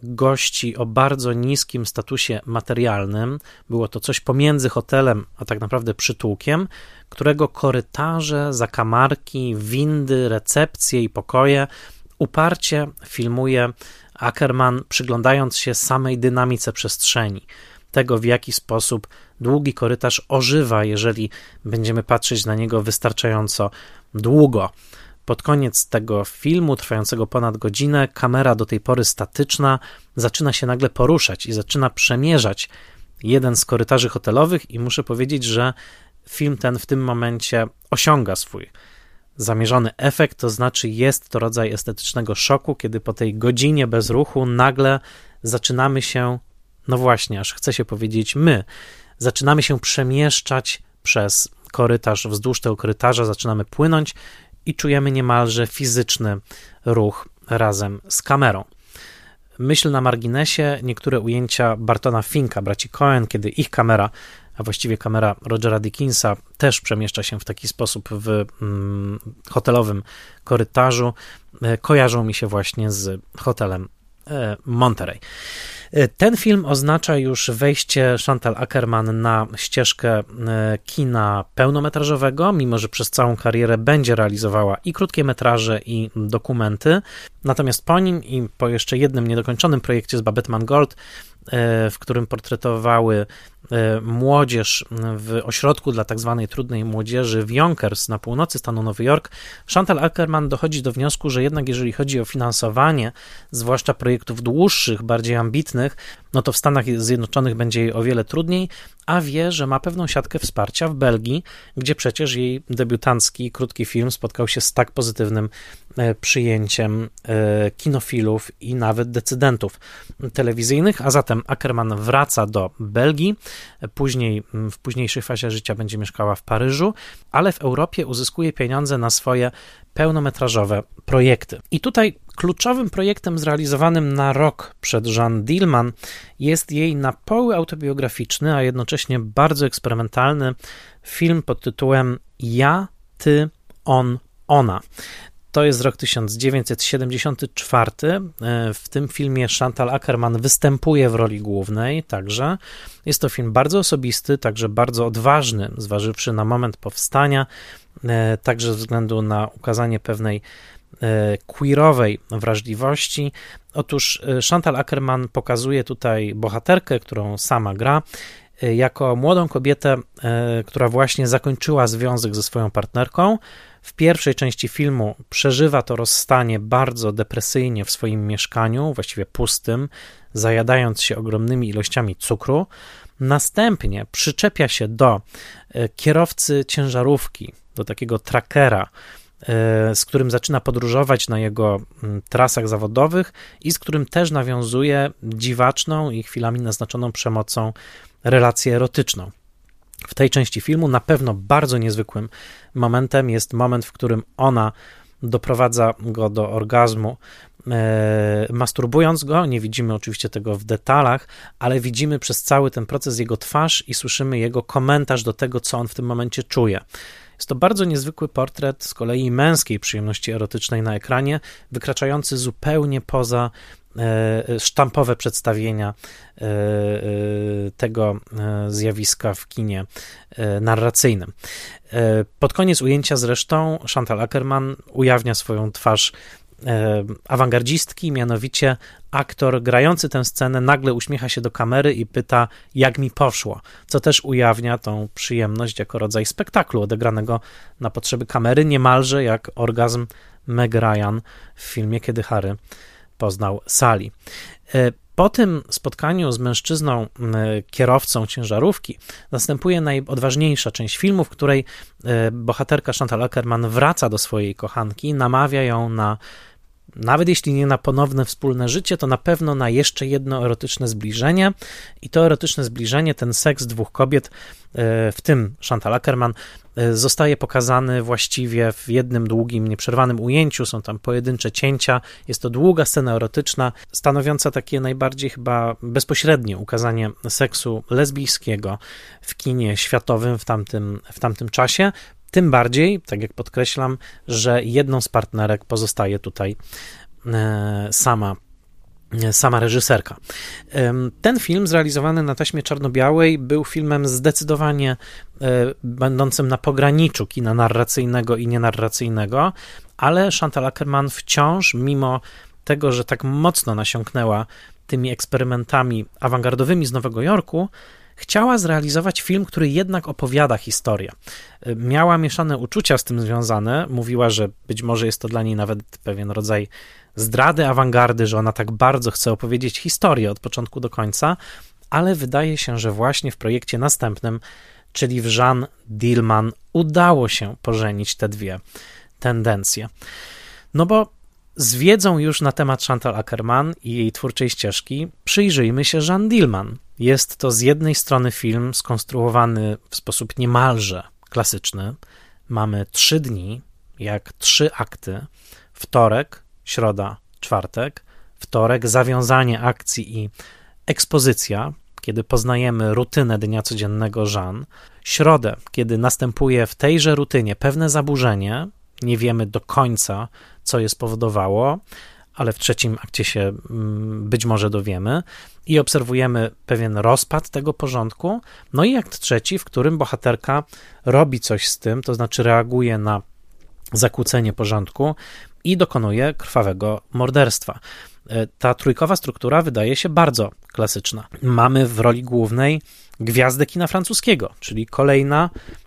Speaker 1: gości o bardzo niskim statusie materialnym. Było to coś pomiędzy hotelem, a tak naprawdę przytułkiem, którego korytarze, zakamarki, windy, recepcje i pokoje uparcie filmuje Akerman, przyglądając się samej dynamice przestrzeni, tego, w jaki sposób długi korytarz ożywa, jeżeli będziemy patrzeć na niego wystarczająco długo. Pod koniec tego filmu, trwającego ponad godzinę, kamera do tej pory statyczna zaczyna się nagle poruszać i zaczyna przemierzać jeden z korytarzy hotelowych, i muszę powiedzieć, że film ten w tym momencie osiąga swój zamierzony efekt, to znaczy jest to rodzaj estetycznego szoku, kiedy po tej godzinie bez ruchu nagle zaczynamy się, no właśnie, aż chce się powiedzieć zaczynamy się przemieszczać przez korytarz, wzdłuż tego korytarza zaczynamy płynąć i czujemy niemalże fizyczny ruch razem z kamerą. Myśl na marginesie, niektóre ujęcia Bartona Finka, braci Coen, kiedy ich kamera, a właściwie kamera Rogera Dickinsa, też przemieszcza się w taki sposób w hotelowym korytarzu, kojarzą mi się właśnie z hotelem Monterey. Ten film oznacza już wejście Chantal Akerman na ścieżkę kina pełnometrażowego, mimo że przez całą karierę będzie realizowała i krótkie metraże, i dokumenty. Natomiast po nim i po jeszcze jednym niedokończonym projekcie z Babette Mangold, w którym portretowały młodzież w ośrodku dla tak zwanej trudnej młodzieży w Yonkers na północy stanu Nowy Jork, Chantal Akerman dochodzi do wniosku, że jednak jeżeli chodzi o finansowanie, zwłaszcza projektów dłuższych, bardziej ambitnych, no to w Stanach Zjednoczonych będzie jej o wiele trudniej, a wie, że ma pewną siatkę wsparcia w Belgii, gdzie przecież jej debiutancki, krótki film spotkał się z tak pozytywnym przyjęciem kinofilów i nawet decydentów telewizyjnych, a zatem Akerman wraca do Belgii Później, w późniejszej fazie życia będzie mieszkała w Paryżu, ale w Europie uzyskuje pieniądze na swoje pełnometrażowe projekty. I tutaj kluczowym projektem zrealizowanym na rok przed Jeanne Dielman jest jej na poły autobiograficzny, a jednocześnie bardzo eksperymentalny film pod tytułem Ja, Ty, On, Ona. To jest rok 1974. W tym filmie Chantal Akerman występuje w roli głównej także. Jest to film bardzo osobisty, także bardzo odważny, zważywszy na moment powstania, także ze względu na ukazanie pewnej queerowej wrażliwości. Otóż Chantal Akerman pokazuje tutaj bohaterkę, którą sama gra, jako młodą kobietę, która właśnie zakończyła związek ze swoją partnerką. W pierwszej części filmu przeżywa to rozstanie bardzo depresyjnie w swoim mieszkaniu, właściwie pustym, zajadając się ogromnymi ilościami cukru. Następnie przyczepia się do kierowcy ciężarówki, do takiego trackera, z którym zaczyna podróżować na jego trasach zawodowych i z którym też nawiązuje dziwaczną i chwilami naznaczoną przemocą relację erotyczną. W tej części filmu na pewno bardzo niezwykłym momentem jest moment, w którym ona doprowadza go do orgazmu, masturbując go. Nie widzimy oczywiście tego w detalach, ale widzimy przez cały ten proces jego twarz i słyszymy jego komentarz do tego, co on w tym momencie czuje. Jest to bardzo niezwykły portret z kolei męskiej przyjemności erotycznej na ekranie, wykraczający zupełnie poza sztampowe przedstawienia tego zjawiska w kinie narracyjnym. Pod koniec ujęcia zresztą Chantal Akerman ujawnia swoją twarz awangardzistki, mianowicie aktor grający tę scenę nagle uśmiecha się do kamery i pyta, jak mi poszło, co też ujawnia tą przyjemność jako rodzaj spektaklu odegranego na potrzeby kamery, niemalże jak orgazm Meg Ryan w filmie Kiedy Harry poznał Sally. Po tym spotkaniu z mężczyzną, kierowcą ciężarówki, następuje najodważniejsza część filmu, w której bohaterka Chantal Akerman wraca do swojej kochanki, namawia ją na, nawet jeśli nie na ponowne wspólne życie, to na pewno na jeszcze jedno erotyczne zbliżenie. I to erotyczne zbliżenie, ten seks dwóch kobiet, w tym Chantal Akerman, zostaje pokazany właściwie w jednym długim, nieprzerwanym ujęciu. Są tam pojedyncze cięcia. Jest to długa scena erotyczna, stanowiąca takie najbardziej chyba bezpośrednie ukazanie seksu lesbijskiego w kinie światowym w tamtym czasie. Tym bardziej, tak jak podkreślam, że jedną z partnerek pozostaje tutaj sama reżyserka. Ten film zrealizowany na taśmie czarno-białej był filmem zdecydowanie będącym na pograniczu kina narracyjnego i nienarracyjnego, ale Chantal Akerman wciąż, mimo tego, że tak mocno nasiąknęła tymi eksperymentami awangardowymi z Nowego Jorku, chciała zrealizować film, który jednak opowiada historię. Miała mieszane uczucia z tym związane, mówiła, że być może jest to dla niej nawet pewien rodzaj zdrady awangardy, że ona tak bardzo chce opowiedzieć historię od początku do końca, ale wydaje się, że właśnie w projekcie następnym, czyli w Jeanne Dielman, udało się pożenić te dwie tendencje. No bo z wiedzą już na temat Chantal Akerman i jej twórczej ścieżki przyjrzyjmy się Jeanne Dielman. Jest to z jednej strony film skonstruowany w sposób niemalże klasyczny. Mamy 3 dni, jak 3 akty. Wtorek, środa, czwartek. Wtorek, zawiązanie akcji i ekspozycja, kiedy poznajemy rutynę dnia codziennego Jeanne. Środę, kiedy następuje w tejże rutynie pewne zaburzenie, nie wiemy do końca, co je spowodowało, ale w trzecim akcie się być może dowiemy i obserwujemy pewien rozpad tego porządku. No i akt trzeci, w którym bohaterka robi coś z tym, to znaczy reaguje na zakłócenie porządku i dokonuje krwawego morderstwa. Ta trójkowa struktura wydaje się bardzo klasyczna. Mamy w roli głównej gwiazdę kina francuskiego, czyli kolejna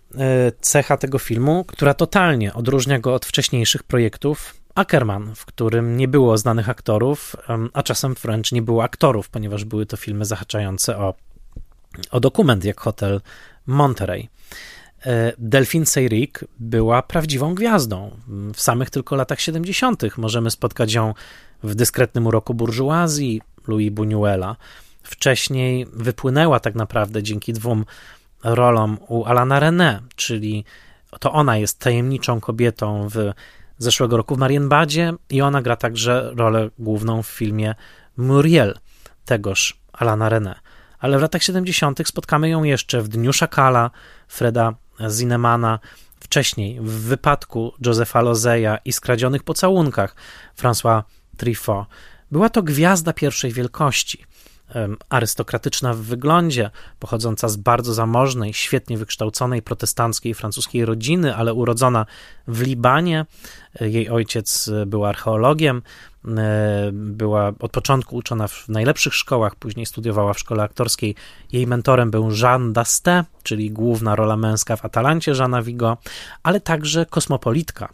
Speaker 1: cecha tego filmu, która totalnie odróżnia go od wcześniejszych projektów Akerman, w którym nie było znanych aktorów, a czasem wręcz nie było aktorów, ponieważ były to filmy zahaczające o dokument, jak Hotel Monterey. Delphine Seyrig była prawdziwą gwiazdą. W samych tylko latach 70. możemy spotkać ją w Dyskretnym uroku burżuazji Louis Buñuela, wcześniej wypłynęła tak naprawdę dzięki 2 rolom u Alana René, czyli to ona jest tajemniczą kobietą w zeszłego roku w Marienbadzie i ona gra także rolę główną w filmie Muriel tegoż Alana René. Ale w latach 70. spotkamy ją jeszcze w Dniu Szakala Freda Zinnemana, wcześniej w Wypadku Josepha Lozeya i Skradzionych pocałunkach François Truffaut. Była to gwiazda pierwszej wielkości. Arystokratyczna w wyglądzie, pochodząca z bardzo zamożnej, świetnie wykształconej protestanckiej francuskiej rodziny, ale urodzona w Libanie. Jej ojciec był archeologiem, była od początku uczona w najlepszych szkołach, później studiowała w szkole aktorskiej. Jej mentorem był Jean d'Asté, czyli główna rola męska w Atalancie Jeana Vigo, ale także kosmopolitka,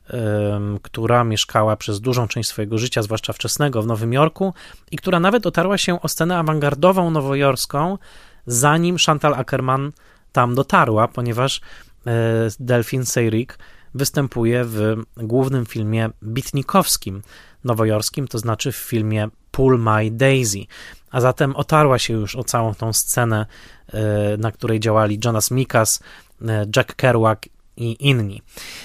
Speaker 1: która mieszkała przez dużą część swojego życia, zwłaszcza wczesnego, w Nowym Jorku i która nawet dotarła się o scenę awangardową nowojorską, zanim Chantal Akerman tam dotarła, ponieważ Delphine Seyrig występuje w głównym filmie bitnikowskim nowojorskim, to znaczy w filmie Pull My Daisy, a zatem otarła się już o całą tą scenę, na której działali Jonas Mekas, Jack Kerouac i inni.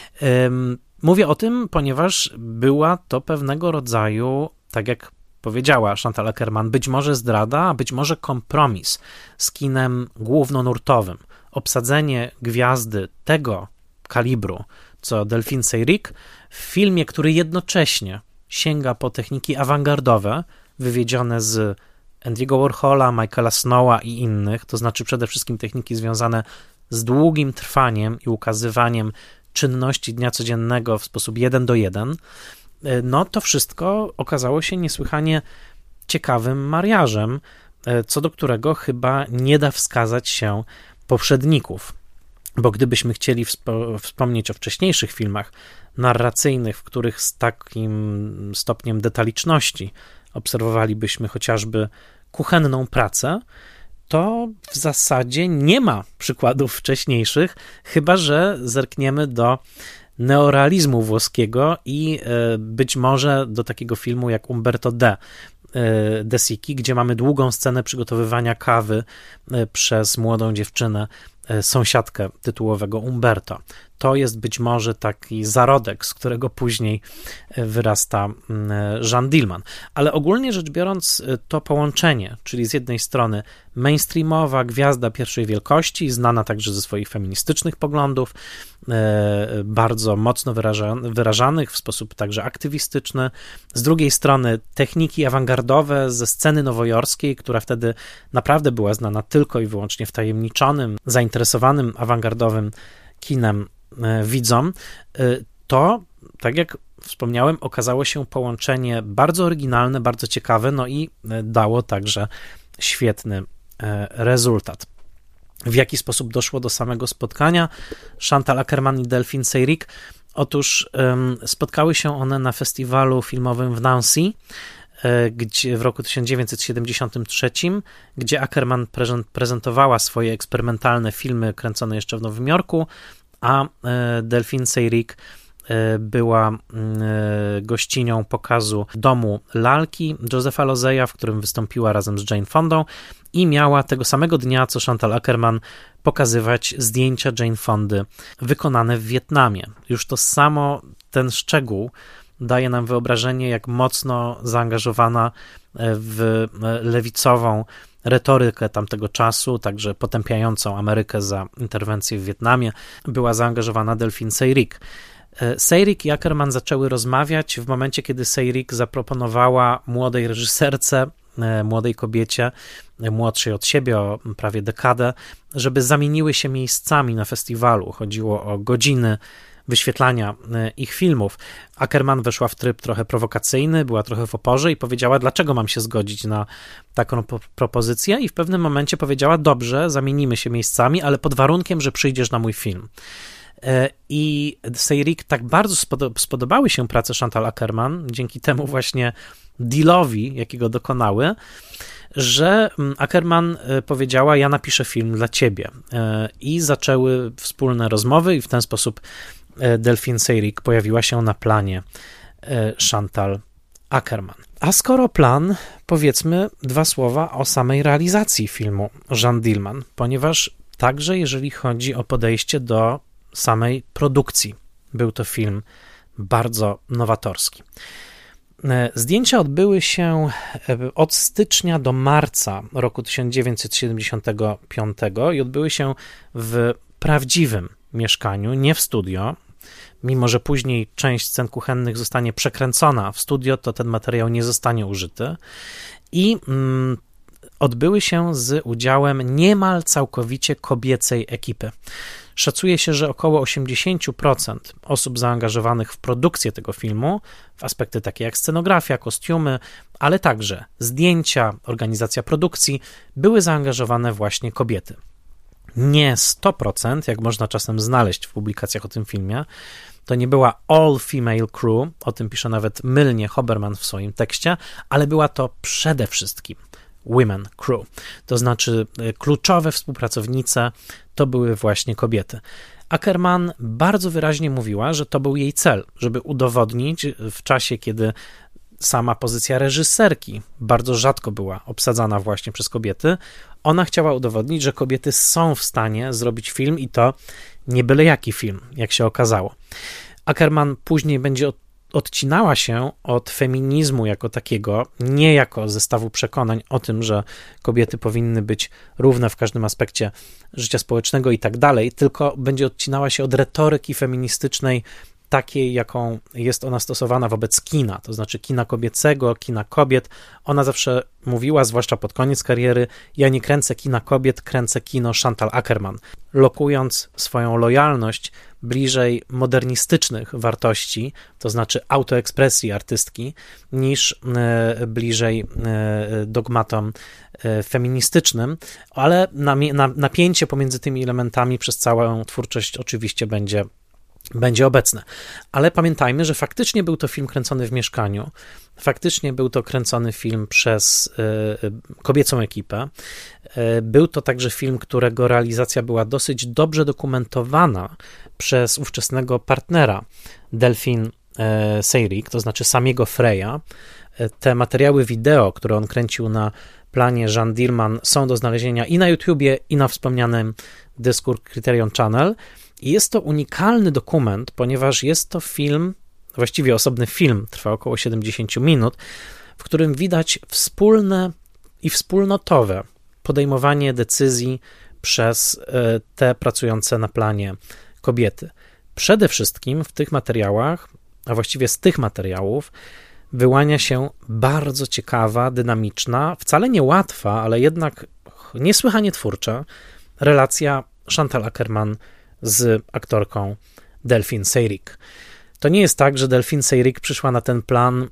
Speaker 1: Mówię o tym, ponieważ była to pewnego rodzaju, tak jak powiedziała Chantal Akerman, być może zdrada, a być może kompromis z kinem głównonurtowym. Obsadzenie gwiazdy tego kalibru, co Delphine Seyrig, w filmie, który jednocześnie sięga po techniki awangardowe, wywiedzione z Andy'ego Warhola, Michaela Snowa i innych, to znaczy przede wszystkim techniki związane z długim trwaniem i ukazywaniem czynności dnia codziennego w sposób 1:1, no to wszystko okazało się niesłychanie ciekawym mariażem, co do którego chyba nie da wskazać się poprzedników. Bo gdybyśmy chcieli wspomnieć o wcześniejszych filmach narracyjnych, w których z takim stopniem detaliczności obserwowalibyśmy chociażby Kuchenną pracę, to w zasadzie nie ma przykładów wcześniejszych, chyba że zerkniemy do neorealizmu włoskiego i być może do takiego filmu jak Umberto De Sichi, gdzie mamy długą scenę przygotowywania kawy przez młodą dziewczynę, sąsiadkę tytułowego Umberto. To jest być może taki zarodek, z którego później wyrasta Jeanne Dielman. Ale ogólnie rzecz biorąc, to połączenie, czyli z jednej strony mainstreamowa gwiazda pierwszej wielkości, znana także ze swoich feministycznych poglądów, bardzo mocno wyrażanych w sposób także aktywistyczny, z drugiej strony techniki awangardowe ze sceny nowojorskiej, która wtedy naprawdę była znana tylko i wyłącznie wtajemniczonym, zainteresowanym awangardowym kinem widzom, to, tak jak wspomniałem, okazało się połączenie bardzo oryginalne, bardzo ciekawe, no i dało także świetny rezultat. W jaki sposób doszło do samego spotkania Chantal Akerman i Delphine Seyrig? Otóż spotkały się one na festiwalu filmowym w Nancy, gdzie w roku 1973, gdzie Akerman prezentowała swoje eksperymentalne filmy kręcone jeszcze w Nowym Jorku, a Delphine Seyrig była gościnią pokazu Domu lalki Josepha Lozeya, w którym wystąpiła razem z Jane Fondą i miała tego samego dnia, co Chantal Akerman, pokazywać zdjęcia Jane Fondy wykonane w Wietnamie. Już to samo, ten szczegół daje nam wyobrażenie, jak mocno zaangażowana w lewicową retorykę tamtego czasu, także potępiającą Amerykę za interwencję w Wietnamie, była zaangażowana Delphine Seyrig. Seyrig i Akerman zaczęły rozmawiać w momencie, kiedy Seyrig zaproponowała młodej reżyserce, młodej kobiecie, młodszej od siebie o prawie dekadę, żeby zamieniły się miejscami na festiwalu. Chodziło o godziny wyświetlania ich filmów. Akerman weszła w tryb trochę prowokacyjny, była trochę w oporze i powiedziała, dlaczego mam się zgodzić na taką propozycję, i w pewnym momencie powiedziała, dobrze, zamienimy się miejscami, ale pod warunkiem, że przyjdziesz na mój film. I Seyrig tak bardzo spodobały się prace Chantal Akerman, dzięki temu właśnie dealowi, jakiego dokonały, że Akerman powiedziała, ja napiszę film dla ciebie. I zaczęły wspólne rozmowy i w ten sposób Delphine Seyrig pojawiła się na planie Chantal Akerman. A skoro plan, powiedzmy 2 słowa o samej realizacji filmu Jeanne Dielman, ponieważ także jeżeli chodzi o podejście do samej produkcji, był to film bardzo nowatorski. Zdjęcia odbyły się od stycznia do marca roku 1975 i odbyły się w prawdziwym mieszkaniu, nie w studio. Mimo że później część scen kuchennych zostanie przekręcona w studio, to ten materiał nie zostanie użyty. I odbyły się z udziałem niemal całkowicie kobiecej ekipy. Szacuje się, że około 80% osób zaangażowanych w produkcję tego filmu, w aspekty takie jak scenografia, kostiumy, ale także zdjęcia, organizacja produkcji, były zaangażowane właśnie kobiety. Nie 100%, jak można czasem znaleźć w publikacjach o tym filmie, to nie była all-female crew, o tym pisze nawet mylnie Hoberman w swoim tekście, ale była to przede wszystkim women crew, to znaczy kluczowe współpracownice to były właśnie kobiety. Ackerman bardzo wyraźnie mówiła, że to był jej cel, żeby udowodnić w czasie, kiedy sama pozycja reżyserki bardzo rzadko była obsadzana właśnie przez kobiety, ona chciała udowodnić, że kobiety są w stanie zrobić film i to nie byle jaki film, jak się okazało. Ackerman później będzie odcinała się od feminizmu jako takiego, nie jako zestawu przekonań o tym, że kobiety powinny być równe w każdym aspekcie życia społecznego i tak dalej, tylko będzie odcinała się od retoryki feministycznej takiej, jaką jest ona stosowana wobec kina, to znaczy kina kobiecego, kina kobiet. Ona zawsze mówiła, zwłaszcza pod koniec kariery, ja nie kręcę kina kobiet, kręcę kino Chantal Akerman, lokując swoją lojalność bliżej modernistycznych wartości, to znaczy autoekspresji artystki, niż bliżej dogmatom feministycznym, ale napięcie pomiędzy tymi elementami przez całą twórczość oczywiście będzie obecne. Ale pamiętajmy, że faktycznie był to film kręcony w mieszkaniu, faktycznie był to kręcony film przez kobiecą ekipę. Był to także film, którego realizacja była dosyć dobrze dokumentowana przez ówczesnego partnera Delphine Seyrig, to znaczy samego Freya. Te materiały wideo, które on kręcił na planie Jeanne Dielman, są do znalezienia i na YouTubie, i na wspomnianym dysku Criterion Channel. I jest to unikalny dokument, ponieważ jest to film, właściwie osobny film, trwa około 70 minut, w którym widać wspólne i wspólnotowe podejmowanie decyzji przez te pracujące na planie kobiety. Przede wszystkim w tych materiałach, a właściwie z tych materiałów, wyłania się bardzo ciekawa, dynamiczna, wcale nie łatwa, ale jednak niesłychanie twórcza relacja Chantal Akerman z aktorką Delphine Seyrig. To nie jest tak, że Delphine Seyrig przyszła na ten plan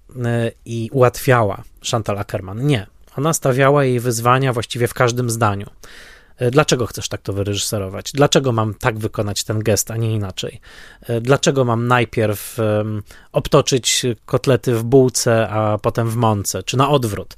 Speaker 1: i ułatwiała Chantal Akerman. Nie. Ona stawiała jej wyzwania właściwie w każdym zdaniu. Dlaczego chcesz tak to wyreżyserować? Dlaczego mam tak wykonać ten gest, a nie inaczej? Dlaczego mam najpierw obtoczyć kotlety w bułce, a potem w mące? Czy na odwrót?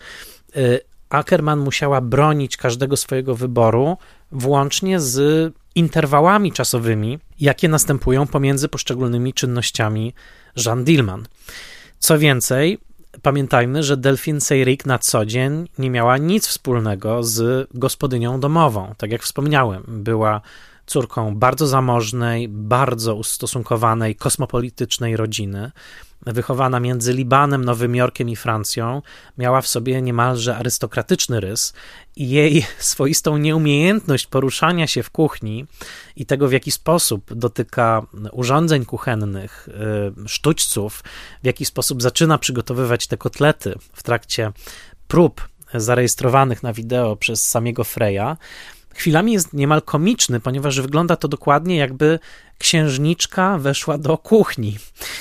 Speaker 1: Akerman musiała bronić każdego swojego wyboru, włącznie z interwałami czasowymi, jakie następują pomiędzy poszczególnymi czynnościami Jeanne Dielman. Co więcej, pamiętajmy, że Delphine Seyrig na co dzień nie miała nic wspólnego z gospodynią domową. Tak jak wspomniałem, była córką bardzo zamożnej, bardzo ustosunkowanej, kosmopolitycznej rodziny, wychowana między Libanem, Nowym Jorkiem i Francją, miała w sobie niemalże arystokratyczny rys i jej swoistą nieumiejętność poruszania się w kuchni i tego, w jaki sposób dotyka urządzeń kuchennych, sztućców, w jaki sposób zaczyna przygotowywać te kotlety w trakcie prób zarejestrowanych na wideo przez samego Freya, chwilami jest niemal komiczny, ponieważ wygląda to dokładnie, jakby księżniczka weszła do kuchni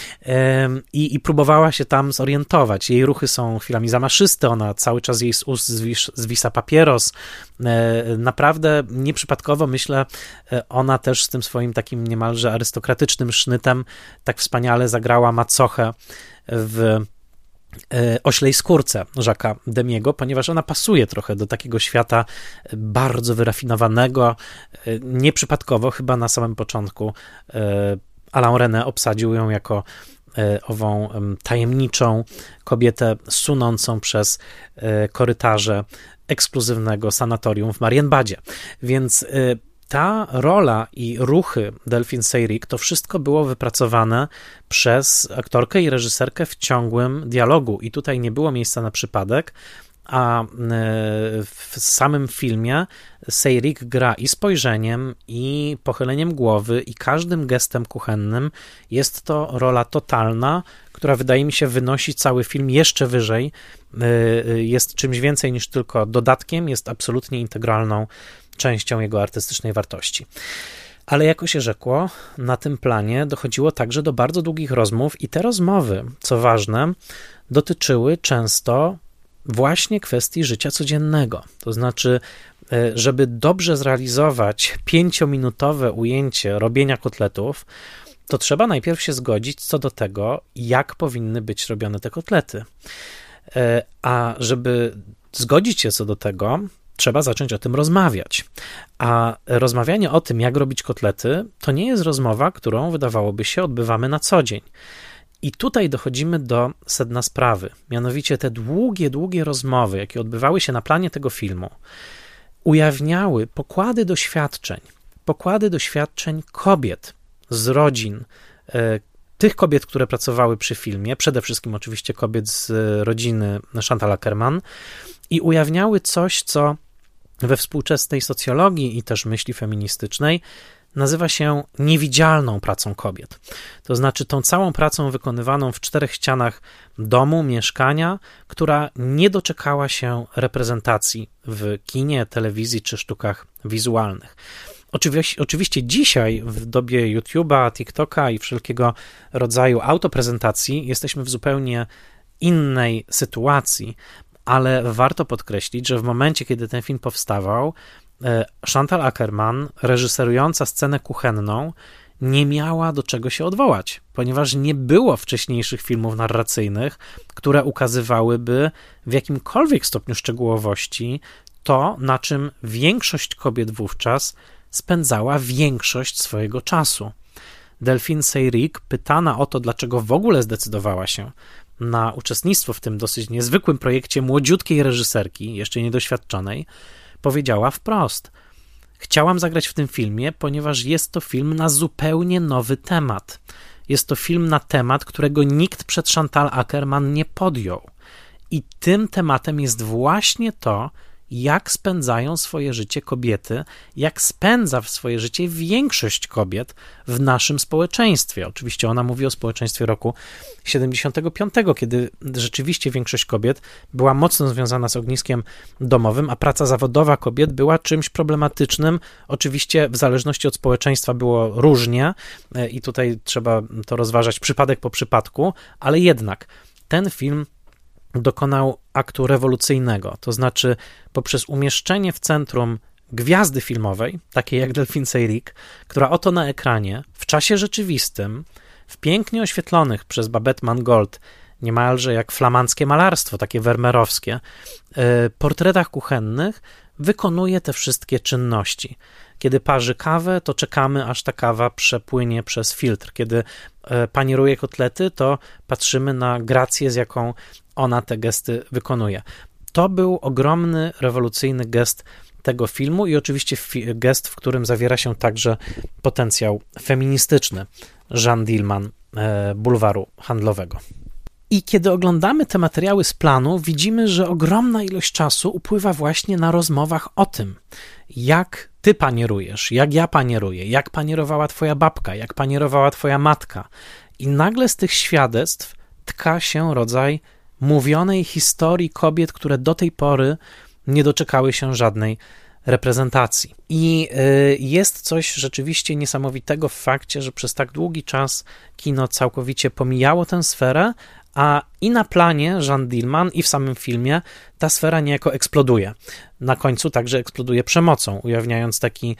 Speaker 1: i próbowała się tam zorientować. Jej ruchy są chwilami zamaszyste, ona cały czas jej z ust zwisa papieros. Naprawdę nieprzypadkowo, myślę, ona też z tym swoim takim niemalże arystokratycznym sznytem tak wspaniale zagrała macochę w Oślej skórce Jacques'a Demiego, ponieważ ona pasuje trochę do takiego świata bardzo wyrafinowanego. Nieprzypadkowo chyba na samym początku Alain Resnais obsadził ją jako ową tajemniczą kobietę sunącą przez korytarze ekskluzywnego sanatorium w Marienbadzie. Więc ta rola i ruchy Delphine Seyrig to wszystko było wypracowane przez aktorkę i reżyserkę w ciągłym dialogu i tutaj nie było miejsca na przypadek, a w samym filmie Seyrig gra i spojrzeniem, i pochyleniem głowy, i każdym gestem kuchennym. Jest to rola totalna, która wydaje mi się wynosi cały film jeszcze wyżej. Jest czymś więcej niż tylko dodatkiem, jest absolutnie integralną częścią jego artystycznej wartości. Ale jako się rzekło, na tym planie dochodziło także do bardzo długich rozmów i te rozmowy, co ważne, dotyczyły często właśnie kwestii życia codziennego. To znaczy, żeby dobrze zrealizować 5-minutowe ujęcie robienia kotletów, to trzeba najpierw się zgodzić co do tego, jak powinny być robione te kotlety. A żeby zgodzić się co do tego, trzeba zacząć o tym rozmawiać. A rozmawianie o tym, jak robić kotlety, to nie jest rozmowa, którą wydawałoby się odbywamy na co dzień. I tutaj dochodzimy do sedna sprawy. Mianowicie te długie rozmowy, jakie odbywały się na planie tego filmu, ujawniały pokłady doświadczeń kobiet z rodzin, tych kobiet, które pracowały przy filmie, przede wszystkim oczywiście kobiet z rodziny Chantal Akerman, i ujawniały coś, co we współczesnej socjologii i też myśli feministycznej nazywa się niewidzialną pracą kobiet. To znaczy tą całą pracą wykonywaną w 4 ścianach domu, mieszkania, która nie doczekała się reprezentacji w kinie, telewizji czy sztukach wizualnych. Oczywiście dzisiaj, w dobie YouTube'a, TikToka i wszelkiego rodzaju autoprezentacji, jesteśmy w zupełnie innej sytuacji, ale warto podkreślić, że w momencie, kiedy ten film powstawał, Chantal Akerman, reżyserująca scenę kuchenną, nie miała do czego się odwołać, ponieważ nie było wcześniejszych filmów narracyjnych, które ukazywałyby w jakimkolwiek stopniu szczegółowości to, na czym większość kobiet wówczas spędzała większość swojego czasu. Delphine Seyrig, pytana o to, dlaczego w ogóle zdecydowała się na uczestnictwo w tym dosyć niezwykłym projekcie młodziutkiej reżyserki, jeszcze niedoświadczonej, powiedziała wprost: chciałam zagrać w tym filmie, ponieważ jest to film na zupełnie nowy temat. Jest to film na temat, którego nikt przed Chantal Akerman nie podjął. I tym tematem jest właśnie to, jak spędzają swoje życie kobiety, jak spędza swoje życie większość kobiet w naszym społeczeństwie. Oczywiście ona mówi o społeczeństwie roku 75, kiedy rzeczywiście większość kobiet była mocno związana z ogniskiem domowym, a praca zawodowa kobiet była czymś problematycznym. Oczywiście w zależności od społeczeństwa było różnie i tutaj trzeba to rozważać przypadek po przypadku, ale jednak ten film dokonał aktu rewolucyjnego, to znaczy poprzez umieszczenie w centrum gwiazdy filmowej, takiej jak Delphine Seyrig, która oto na ekranie, w czasie rzeczywistym, w pięknie oświetlonych przez Babette Mangold, niemalże jak flamandzkie malarstwo, takie wermerowskie, portretach kuchennych, wykonuje te wszystkie czynności. Kiedy parzy kawę, to czekamy, aż ta kawa przepłynie przez filtr. Kiedy panieruje kotlety, to patrzymy na grację, z jaką ona te gesty wykonuje. To był ogromny, rewolucyjny gest tego filmu i oczywiście gest, w którym zawiera się także potencjał feministyczny Jeanne Dielman, bulwaru handlowego. I kiedy oglądamy te materiały z planu, widzimy, że ogromna ilość czasu upływa właśnie na rozmowach o tym, jak ty panierujesz, jak ja panieruję, jak panierowała twoja babka, jak panierowała twoja matka. I nagle z tych świadectw tka się rodzaj mówionej historii kobiet, które do tej pory nie doczekały się żadnej reprezentacji. I jest coś rzeczywiście niesamowitego w fakcie, że przez tak długi czas kino całkowicie pomijało tę sferę, a i na planie Jeanne Dielman, i w samym filmie ta sfera niejako eksploduje. Na końcu także eksploduje przemocą, ujawniając taki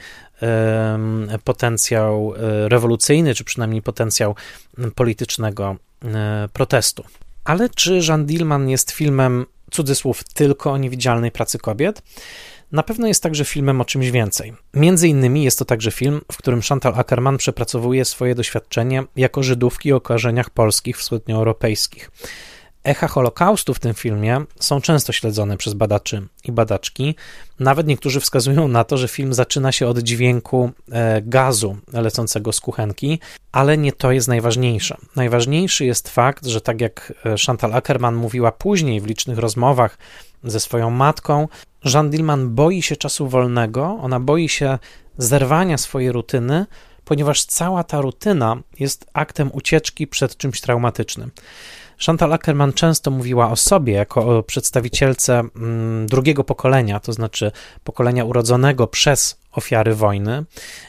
Speaker 1: potencjał rewolucyjny, czy przynajmniej potencjał politycznego protestu. Ale czy Jeanne Dielman jest filmem, cudzysłów, tylko o niewidzialnej pracy kobiet? Na pewno jest także filmem o czymś więcej. Między innymi jest to także film, w którym Chantal Akerman przepracowuje swoje doświadczenie jako Żydówki o korzeniach polskich wschodnioeuropejskich. Echa Holokaustu w tym filmie są często śledzone przez badaczy i badaczki. Nawet niektórzy wskazują na to, że film zaczyna się od dźwięku gazu lecącego z kuchenki, ale nie to jest najważniejsze. Najważniejszy jest fakt, że tak jak Chantal Akerman mówiła później w licznych rozmowach ze swoją matką, Jeanne Dielman boi się czasu wolnego, ona boi się zerwania swojej rutyny, ponieważ cała ta rutyna jest aktem ucieczki przed czymś traumatycznym. Chantal Akerman często mówiła o sobie jako o przedstawicielce drugiego pokolenia, to znaczy pokolenia urodzonego przez ofiary wojny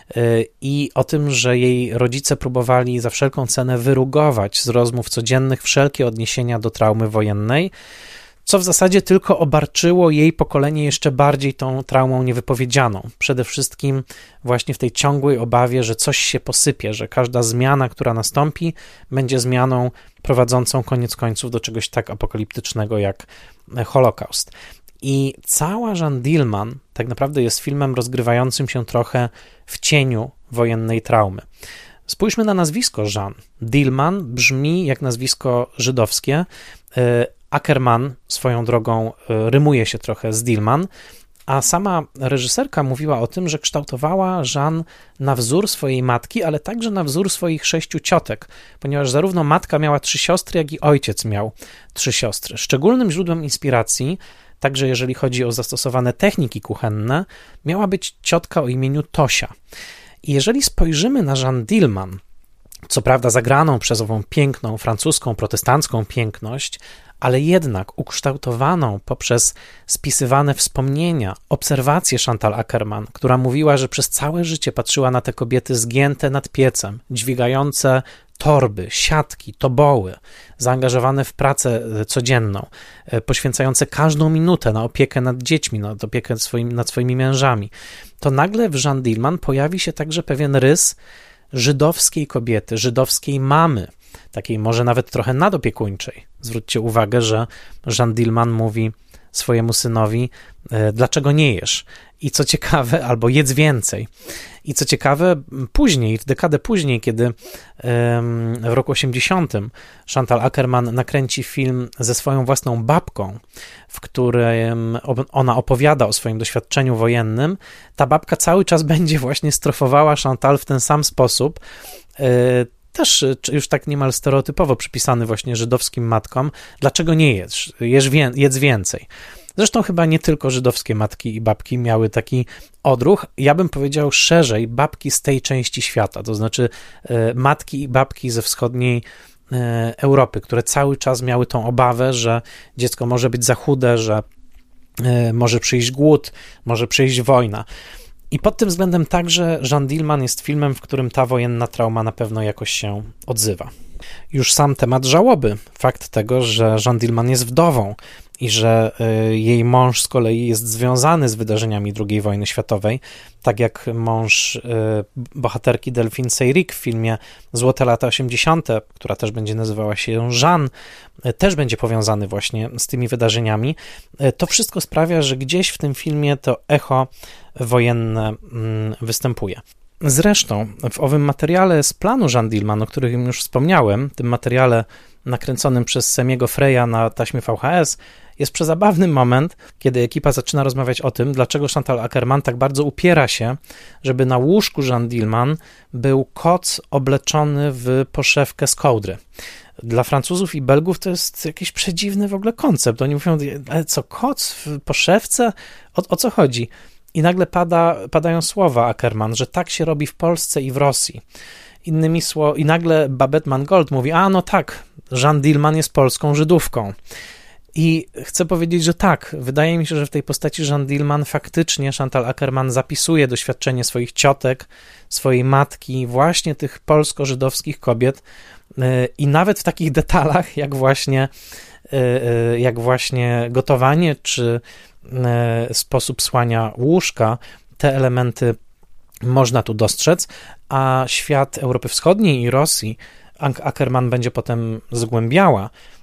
Speaker 1: i o tym, że jej rodzice próbowali za wszelką cenę wyrugować z rozmów codziennych wszelkie odniesienia do traumy wojennej, co w zasadzie tylko obarczyło jej pokolenie jeszcze bardziej tą traumą niewypowiedzianą. Przede wszystkim właśnie w tej ciągłej obawie, że coś się posypie, że każda zmiana, która nastąpi, będzie zmianą prowadzącą koniec końców do czegoś tak apokaliptycznego jak Holokaust. I cała Jeanne Dielman tak naprawdę jest filmem rozgrywającym się trochę w cieniu wojennej traumy. Spójrzmy na nazwisko Jeanne. Dielman brzmi jak nazwisko żydowskie. Akerman swoją drogą rymuje się trochę z Dielman, a sama reżyserka mówiła o tym, że kształtowała Jeanne na wzór swojej matki, ale także na wzór swoich 6 ciotek, ponieważ zarówno matka miała 3 siostry, jak i ojciec miał 3 siostry. Szczególnym źródłem inspiracji, także jeżeli chodzi o zastosowane techniki kuchenne, miała być ciotka o imieniu Tosia. I jeżeli spojrzymy na Jeanne Dielman, co prawda zagraną przez ową piękną, francuską, protestancką piękność, ale jednak ukształtowaną poprzez spisywane wspomnienia, obserwacje Chantal Akerman, która mówiła, że przez całe życie patrzyła na te kobiety zgięte nad piecem, dźwigające torby, siatki, toboły, zaangażowane w pracę codzienną, poświęcające każdą minutę na opiekę nad dziećmi, na opiekę nad swoimi mężami, to nagle w Jeanne Dielman pojawi się także pewien rys żydowskiej kobiety, żydowskiej mamy, takiej może nawet trochę nadopiekuńczej. Zwróćcie uwagę, że Jeanne Dielman mówi swojemu synowi, dlaczego nie jesz? I co ciekawe, albo jedz więcej. I co ciekawe, później, w dekadę później, kiedy w roku 80 Chantal Akerman nakręci film ze swoją własną babką, w którym ona opowiada o swoim doświadczeniu wojennym, ta babka cały czas będzie właśnie strofowała Chantal w ten sam sposób, też już tak niemal stereotypowo przypisany właśnie żydowskim matkom, dlaczego nie jesz? Jedz więcej. Zresztą chyba nie tylko żydowskie matki i babki miały taki odruch, ja bym powiedział szerzej, babki z tej części świata, to znaczy matki i babki ze wschodniej Europy, które cały czas miały tą obawę, że dziecko może być za chude, że może przyjść głód, może przyjść wojna. I pod tym względem także Jeanne Dielman jest filmem, w którym ta wojenna trauma na pewno jakoś się odzywa. Już sam temat żałoby, fakt tego, że Jeanne Dielman jest wdową i że jej mąż z kolei jest związany z wydarzeniami II wojny światowej, tak jak mąż bohaterki Delphine Seyrig w filmie Złote lata 80., która też będzie nazywała się Jeanne, też będzie powiązany właśnie z tymi wydarzeniami. To wszystko sprawia, że gdzieś w tym filmie to echo wojenne występuje. Zresztą w owym materiale z planu Jeanne Dielman, o którym już wspomniałem, tym materiale nakręconym przez Semiego Freya na taśmie VHS, jest przezabawny moment, kiedy ekipa zaczyna rozmawiać o tym, dlaczego Chantal Akerman tak bardzo upiera się, żeby na łóżku Jeanne Dielman był koc obleczony w poszewkę z kołdry. Dla Francuzów i Belgów to jest jakiś przedziwny w ogóle koncept. Oni mówią, ale co, koc w poszewce? O co chodzi? I nagle padają słowa Akerman, że tak się robi w Polsce i w Rosji. Innymi słowy, i nagle Babette Mangold mówi, a no tak, Jeanne Dielman jest polską Żydówką. I chcę powiedzieć, że tak, wydaje mi się, że w tej postaci Jeanne Dielman faktycznie Chantal Akerman zapisuje doświadczenie swoich ciotek, swojej matki, właśnie tych polsko-żydowskich kobiet i nawet w takich detalach, jak właśnie gotowanie, czy sposób słania łóżka, te elementy można tu dostrzec, a świat Europy Wschodniej i Rosji Akerman będzie potem zgłębiała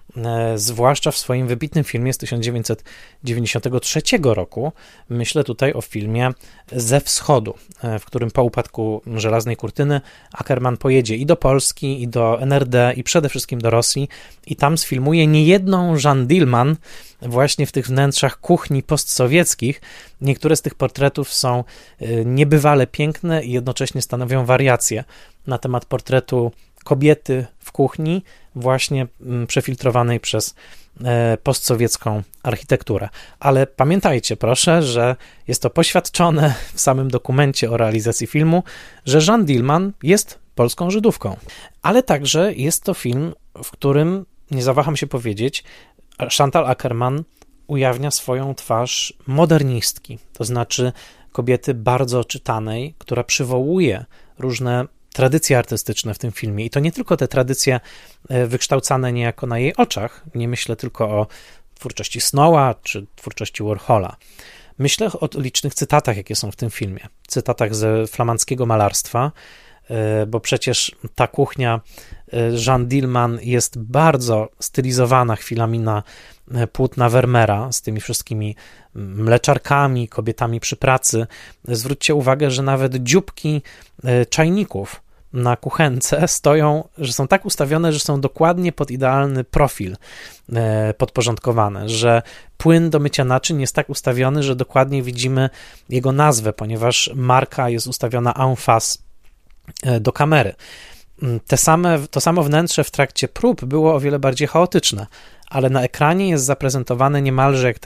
Speaker 1: zwłaszcza w swoim wybitnym filmie z 1993 roku. Myślę tutaj o filmie Ze Wschodu, w którym po upadku żelaznej kurtyny Ackerman pojedzie i do Polski, i do NRD, i przede wszystkim do Rosji i tam sfilmuje niejedną Jeanne Dielman właśnie w tych wnętrzach kuchni postsowieckich. Niektóre z tych portretów są niebywale piękne i jednocześnie stanowią wariacje na temat portretu kobiety w kuchni, właśnie przefiltrowanej przez postsowiecką architekturę. Ale pamiętajcie proszę, że jest to poświadczone w samym dokumencie o realizacji filmu, że Jeanne Dielman jest polską Żydówką. Ale także jest to film, w którym, nie zawaham się powiedzieć, Chantal Akerman ujawnia swoją twarz modernistki, to znaczy kobiety bardzo czytanej, która przywołuje różne tradycje artystyczne w tym filmie. I to nie tylko te tradycje wykształcane niejako na jej oczach, nie myślę tylko o twórczości Snowa czy twórczości Warhola. Myślę o licznych cytatach, jakie są w tym filmie. Cytatach ze flamandzkiego malarstwa, bo przecież ta kuchnia Jeanne Dielman jest bardzo stylizowana chwilami na płótna Vermeera z tymi wszystkimi mleczarkami, kobietami przy pracy. Zwróćcie uwagę, że nawet dzióbki czajników na kuchence stoją, że są tak ustawione, że są dokładnie pod idealny profil podporządkowane, że płyn do mycia naczyń jest tak ustawiony, że dokładnie widzimy jego nazwę, ponieważ marka jest ustawiona en face do kamery. To samo wnętrze w trakcie prób było o wiele bardziej chaotyczne, ale na ekranie jest zaprezentowane niemalże jak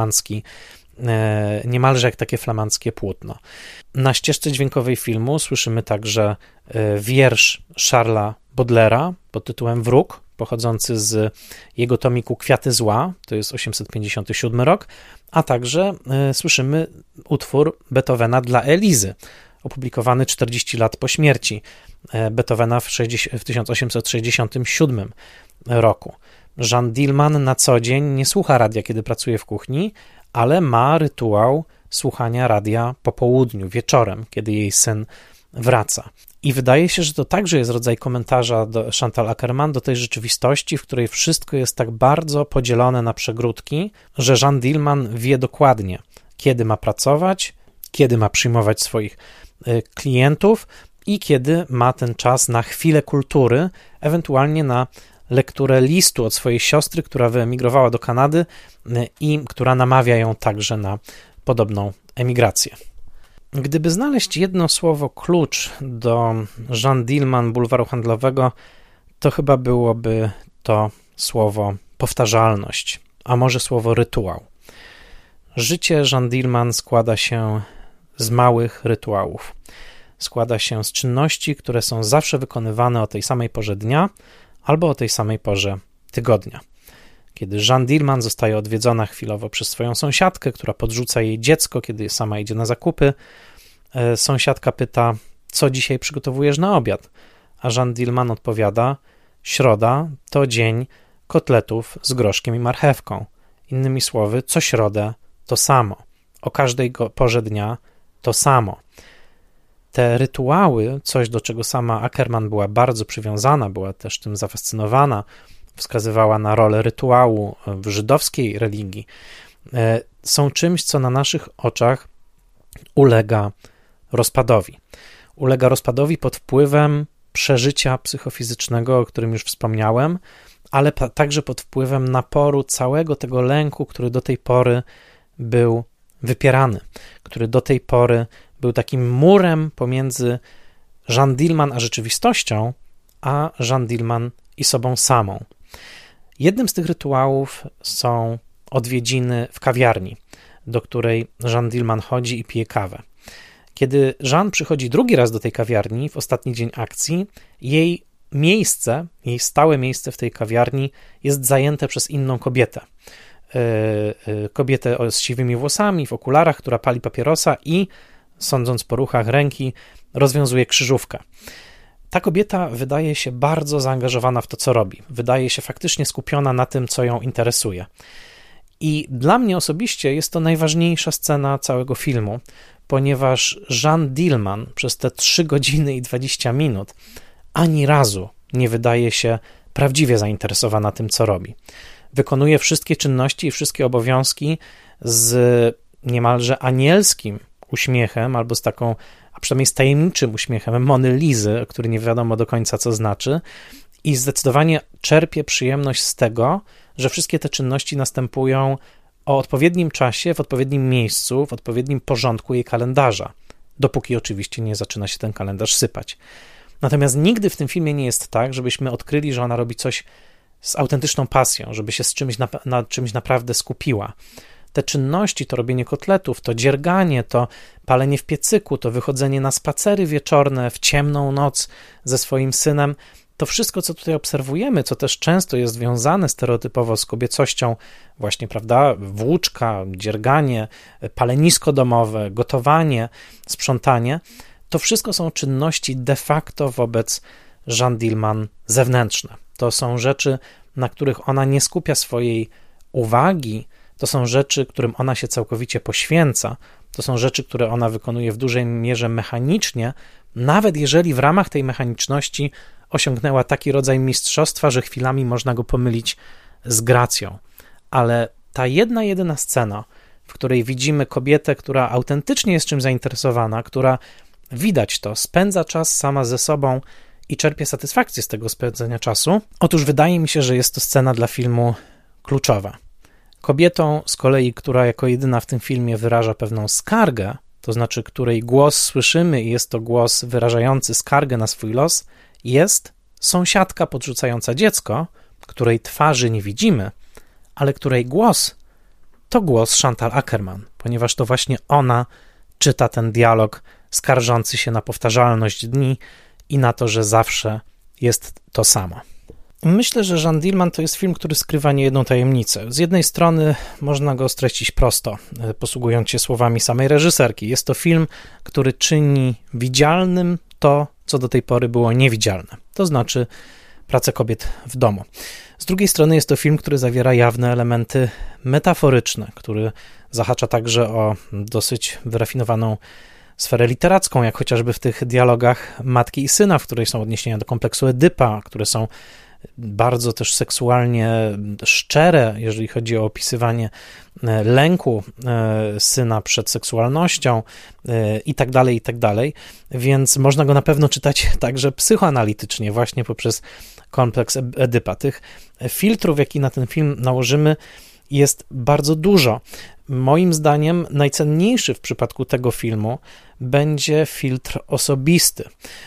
Speaker 1: takie flamandzkie płótno. Na ścieżce dźwiękowej filmu słyszymy także wiersz Charlesa Baudelaire'a pod tytułem Wróg, pochodzący z jego tomiku Kwiaty zła, to jest 857 rok, a także słyszymy utwór Beethovena dla Elizy, opublikowany 40 lat po śmierci Beethovena w 1867 roku. Jeanne Dielman na co dzień nie słucha radia, kiedy pracuje w kuchni, ale ma rytuał słuchania radia po południu, wieczorem, kiedy jej syn wraca. I wydaje się, że to także jest rodzaj komentarza do Chantal Akerman, do tej rzeczywistości, w której wszystko jest tak bardzo podzielone na przegródki, że Jeanne Dielman wie dokładnie, kiedy ma pracować, kiedy ma przyjmować swoich klientów i kiedy ma ten czas na chwilę kultury, ewentualnie na lekturę listu od swojej siostry, która wyemigrowała do Kanady i która namawia ją także na podobną emigrację. Gdyby znaleźć jedno słowo klucz do Jeanne Dielman bulwaru handlowego, to chyba byłoby to słowo powtarzalność, a może słowo rytuał. Życie Jeanne Dielman składa się z małych rytuałów. Składa się z czynności, które są zawsze wykonywane o tej samej porze dnia albo o tej samej porze tygodnia. Kiedy Jeanne Dielman zostaje odwiedzona chwilowo przez swoją sąsiadkę, która podrzuca jej dziecko, kiedy sama idzie na zakupy, sąsiadka pyta, co dzisiaj przygotowujesz na obiad? A Jeanne Dielman odpowiada, środa to dzień kotletów z groszkiem i marchewką. Innymi słowy, co środę to samo. O każdej porze dnia to samo. Te rytuały, coś do czego sama Akerman była bardzo przywiązana, była też tym zafascynowana, wskazywała na rolę rytuału w żydowskiej religii, są czymś, co na naszych oczach ulega rozpadowi. Ulega rozpadowi pod wpływem przeżycia psychofizycznego, o którym już wspomniałem, ale także pod wpływem naporu całego tego lęku, który do tej pory był wypierany, który do tej pory był takim murem pomiędzy Jeanne Dielman a rzeczywistością, a Jeanne Dielman i sobą samą. Jednym z tych rytuałów są odwiedziny w kawiarni, do której Jeanne Dielman chodzi i pije kawę. Kiedy Jeanne przychodzi drugi raz do tej kawiarni w ostatni dzień akcji, jej stałe miejsce w tej kawiarni jest zajęte przez inną kobietę. Kobietę z siwymi włosami, w okularach, która pali papierosa i, sądząc po ruchach ręki, rozwiązuje krzyżówkę. Ta kobieta wydaje się bardzo zaangażowana w to, co robi. Wydaje się faktycznie skupiona na tym, co ją interesuje. I dla mnie osobiście jest to najważniejsza scena całego filmu, ponieważ Jeanne Dielman przez te 3 godziny i 20 minut ani razu nie wydaje się prawdziwie zainteresowana tym, co robi. Wykonuje wszystkie czynności i wszystkie obowiązki z niemalże anielskim uśmiechem, albo z taką, a przynajmniej z tajemniczym uśmiechem Mony Lizy, który nie wiadomo do końca, co znaczy, i zdecydowanie czerpie przyjemność z tego, że wszystkie te czynności następują o odpowiednim czasie, w odpowiednim miejscu, w odpowiednim porządku jej kalendarza, dopóki oczywiście nie zaczyna się ten kalendarz sypać. Natomiast nigdy w tym filmie nie jest tak, żebyśmy odkryli, że ona robi coś z autentyczną pasją, żeby się z czymś na czymś naprawdę skupiła. Te czynności, to robienie kotletów, to dzierganie, to palenie w piecyku, to wychodzenie na spacery wieczorne w ciemną noc ze swoim synem, to wszystko, co tutaj obserwujemy, co też często jest związane stereotypowo z kobiecością, właśnie, prawda, włóczka, dzierganie, palenisko domowe, gotowanie, sprzątanie, to wszystko są czynności de facto wobec Jeanne Dielman zewnętrzne. To są rzeczy, na których ona nie skupia swojej uwagi, to są rzeczy, którym ona się całkowicie poświęca, to są rzeczy, które ona wykonuje w dużej mierze mechanicznie, nawet jeżeli w ramach tej mechaniczności osiągnęła taki rodzaj mistrzostwa, że chwilami można go pomylić z gracją. Ale ta jedyna scena, w której widzimy kobietę, która autentycznie jest czymś zainteresowana, która, widać to, spędza czas sama ze sobą i czerpie satysfakcję z tego spędzenia czasu, otóż wydaje mi się, że jest to scena dla filmu kluczowa. Kobietą z kolei, która jako jedyna w tym filmie wyraża pewną skargę, to znaczy której głos słyszymy i jest to głos wyrażający skargę na swój los, jest sąsiadka podrzucająca dziecko, której twarzy nie widzimy, ale której głos to głos Chantal Akerman, ponieważ to właśnie ona czyta ten dialog skarżący się na powtarzalność dni i na to, że zawsze jest to samo. Myślę, że Jeanne Dielman to jest film, który skrywa niejedną tajemnicę. Z jednej strony można go streścić prosto, posługując się słowami samej reżyserki. Jest to film, który czyni widzialnym to, co do tej pory było niewidzialne. To znaczy pracę kobiet w domu. Z drugiej strony jest to film, który zawiera jawne elementy metaforyczne, który zahacza także o dosyć wyrafinowaną sferę literacką, jak chociażby w tych dialogach matki i syna, w której są odniesienia do kompleksu Edypa, które są bardzo też seksualnie szczere, jeżeli chodzi o opisywanie lęku syna przed seksualnością i tak dalej, więc można go na pewno czytać także psychoanalitycznie, właśnie poprzez kompleks Edypa. Tych filtrów, jakie na ten film nałożymy, jest bardzo dużo. Moim zdaniem najcenniejszy w przypadku tego filmu będzie filtr osobisty.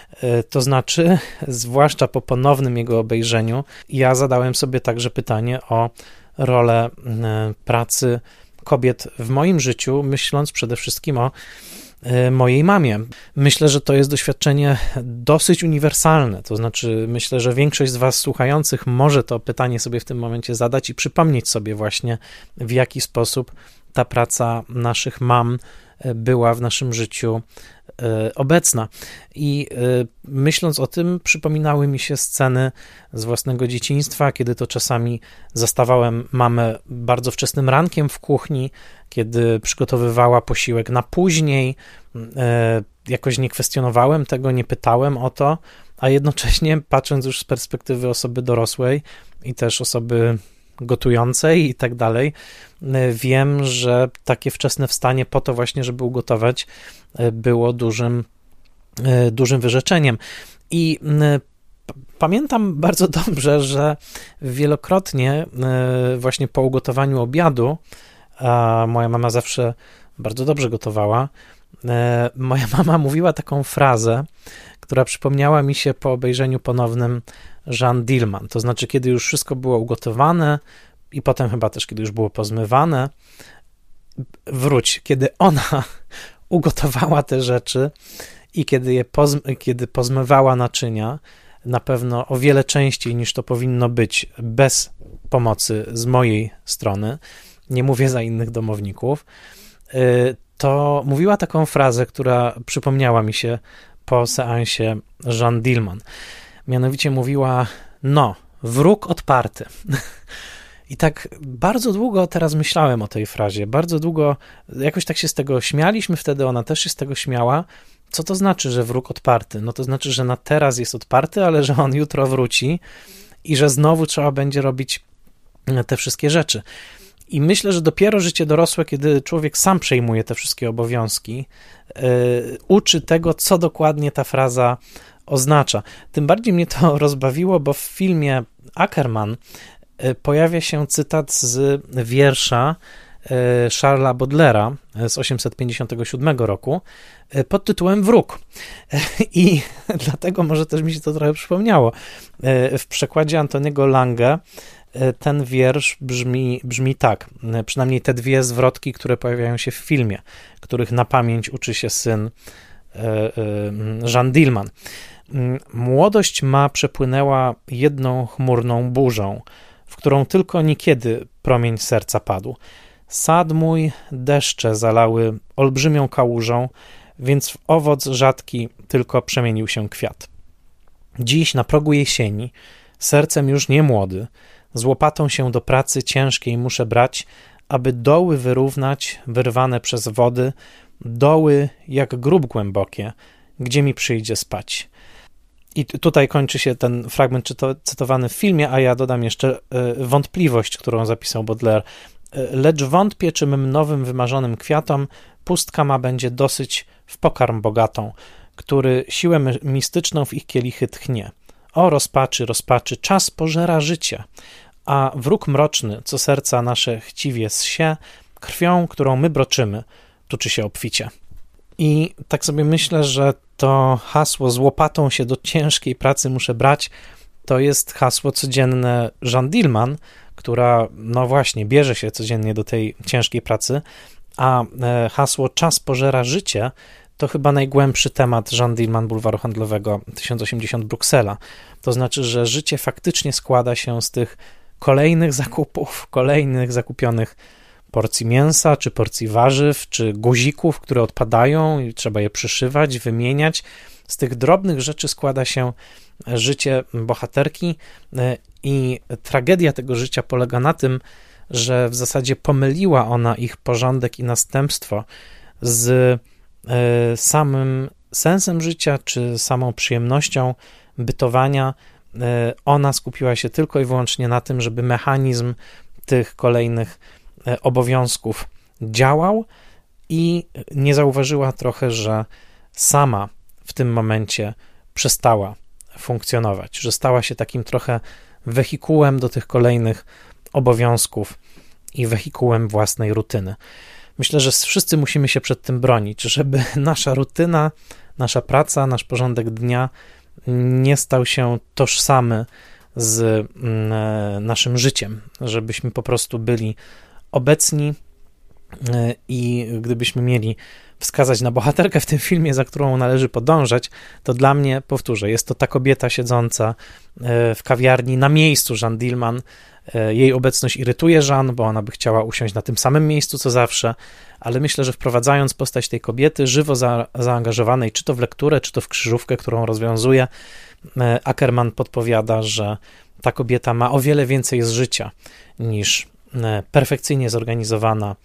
Speaker 1: To znaczy, zwłaszcza po ponownym jego obejrzeniu, ja zadałem sobie także pytanie o rolę pracy kobiet w moim życiu, myśląc przede wszystkim o mojej mamie. Myślę, że to jest doświadczenie dosyć uniwersalne, to znaczy myślę, że większość z was słuchających może to pytanie sobie w tym momencie zadać i przypomnieć sobie właśnie, w jaki sposób ta praca naszych mam była w naszym życiu obecna. I myśląc o tym, przypominały mi się sceny z własnego dzieciństwa, kiedy to czasami zastawałem mamę bardzo wczesnym rankiem w kuchni, kiedy przygotowywała posiłek na później, jakoś nie kwestionowałem tego, nie pytałem o to, a jednocześnie patrząc już z perspektywy osoby dorosłej i też osoby gotującej i tak dalej, wiem, że takie wczesne wstanie po to właśnie, żeby ugotować, było dużym wyrzeczeniem. I pamiętam bardzo dobrze, że wielokrotnie właśnie po ugotowaniu obiadu, a moja mama zawsze bardzo dobrze gotowała, moja mama mówiła taką frazę, która przypomniała mi się po obejrzeniu ponownym Jeanne Dielman, to znaczy kiedy już wszystko było ugotowane i potem chyba też kiedy już było pozmywane, wróć, kiedy ona ugotowała te rzeczy i kiedy pozmywała naczynia, na pewno o wiele częściej niż to powinno być bez pomocy z mojej strony, nie mówię za innych domowników, to mówiła taką frazę, która przypomniała mi się po seansie Jeanne Dielman. Mianowicie mówiła, no, wróg odparty. I tak bardzo długo teraz myślałem o tej frazie, bardzo długo, jakoś tak się z tego śmialiśmy wtedy, ona też się z tego śmiała. Co to znaczy, że wróg odparty? No to znaczy, że na teraz jest odparty, ale że on jutro wróci i że znowu trzeba będzie robić te wszystkie rzeczy. I myślę, że dopiero życie dorosłe, kiedy człowiek sam przejmuje te wszystkie obowiązki, uczy tego, co dokładnie ta fraza oznacza. Tym bardziej mnie to rozbawiło, bo w filmie Ackerman pojawia się cytat z wiersza Charlesa Baudelaire'a z 857 roku pod tytułem Wróg. I dlatego może też mi się to trochę przypomniało. W przekładzie Antoniego Lange ten wiersz brzmi tak, przynajmniej te dwie zwrotki, które pojawiają się w filmie, których na pamięć uczy się syn Jeanne Dielman. Młodość ma przepłynęła jedną chmurną burzą, w którą tylko niekiedy promień serca padł. Sad mój deszcze zalały olbrzymią kałużą, więc w owoc rzadki tylko przemienił się kwiat. Dziś na progu jesieni, sercem już nie młody, z łopatą się do pracy ciężkiej muszę brać, aby doły wyrównać, wyrwane przez wody, doły jak grób głębokie, gdzie mi przyjdzie spać. I tutaj kończy się ten fragment cytowany w filmie, a ja dodam jeszcze wątpliwość, którą zapisał Baudelaire. Lecz wątpię, czy mym nowym wymarzonym kwiatom pustka ma będzie dosyć w pokarm bogatą, który siłę mistyczną w ich kielichy tchnie. O rozpaczy, czas pożera życie, a wróg mroczny, co serca nasze chciwie zsie, krwią, którą my broczymy, tuczy się obficie. I tak sobie myślę, że to hasło z łopatą się do ciężkiej pracy muszę brać, to jest hasło codzienne Jeanne Dielman, która no właśnie bierze się codziennie do tej ciężkiej pracy, a hasło czas pożera życie to chyba najgłębszy temat Jeanne Dielman Bulwaru Handlowego 1080 Bruksela. To znaczy, że życie faktycznie składa się z tych kolejnych zakupów, kolejnych zakupionych porcji mięsa, czy porcji warzyw, czy guzików, które odpadają i trzeba je przyszywać, wymieniać. Z tych drobnych rzeczy składa się życie bohaterki i tragedia tego życia polega na tym, że w zasadzie pomyliła ona ich porządek i następstwo z samym sensem życia, czy samą przyjemnością bytowania. Ona skupiła się tylko i wyłącznie na tym, żeby mechanizm tych kolejnych obowiązków działał i nie zauważyła trochę, że sama w tym momencie przestała funkcjonować, że stała się takim trochę wehikułem do tych kolejnych obowiązków i wehikułem własnej rutyny. Myślę, że wszyscy musimy się przed tym bronić, żeby nasza rutyna, nasza praca, nasz porządek dnia nie stał się tożsamy z naszym życiem, żebyśmy po prostu byli obecni i gdybyśmy mieli wskazać na bohaterkę w tym filmie, za którą należy podążać, to dla mnie, powtórzę, jest to ta kobieta siedząca w kawiarni na miejscu Jeanne Dielman. Jej obecność irytuje Jeanne, bo ona by chciała usiąść na tym samym miejscu co zawsze, ale myślę, że wprowadzając postać tej kobiety, żywo zaangażowanej czy to w lekturę, czy to w krzyżówkę, którą rozwiązuje, Ackerman podpowiada, że ta kobieta ma o wiele więcej z życia niż perfekcyjnie zorganizowana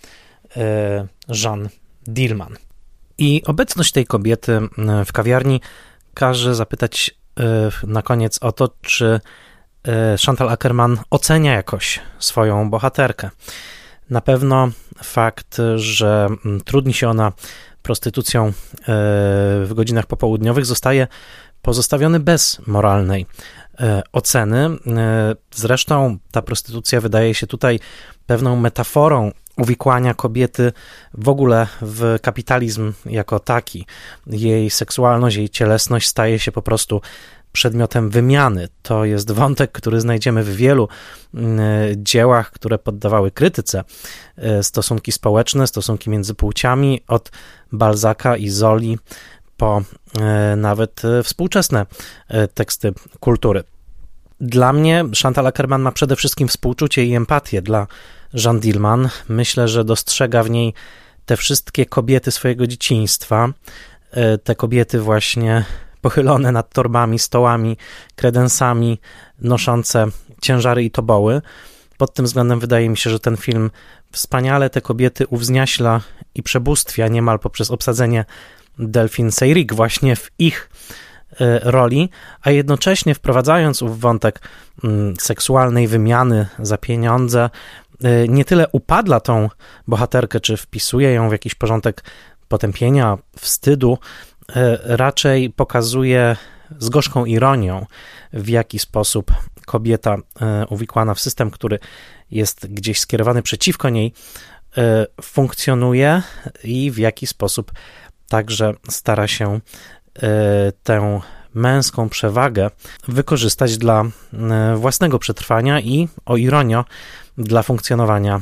Speaker 1: Jeanne Dielman. I obecność tej kobiety w kawiarni każe zapytać na koniec o to, czy Chantal Akerman ocenia jakoś swoją bohaterkę. Na pewno fakt, że trudni się ona prostytucją w godzinach popołudniowych, zostaje pozostawiony bez moralnej oceny. Zresztą ta prostytucja wydaje się tutaj pewną metaforą uwikłania kobiety w ogóle w kapitalizm jako taki. Jej seksualność, jej cielesność staje się po prostu przedmiotem wymiany. To jest wątek, który znajdziemy w wielu dziełach, które poddawały krytyce stosunki społeczne, stosunki między płciami, od Balzaca i Zoli po nawet współczesne teksty kultury. Dla mnie Chantal Akerman ma przede wszystkim współczucie i empatię dla Jeanne Dielman. Myślę, że dostrzega w niej te wszystkie kobiety swojego dzieciństwa, te kobiety właśnie pochylone nad torbami, stołami, kredensami, noszące ciężary i toboły. Pod tym względem wydaje mi się, że ten film wspaniale te kobiety uwzniaśla i przebóstwia niemal poprzez obsadzenie Delphine Seyrig właśnie w ich roli, a jednocześnie wprowadzając ów wątek seksualnej wymiany za pieniądze, nie tyle upadla tą bohaterkę, czy wpisuje ją w jakiś porządek potępienia, wstydu, raczej pokazuje z gorzką ironią, w jaki sposób kobieta uwikłana w system, który jest gdzieś skierowany przeciwko niej, funkcjonuje i w jaki sposób także stara się tę męską przewagę wykorzystać dla własnego przetrwania i, o ironio, dla funkcjonowania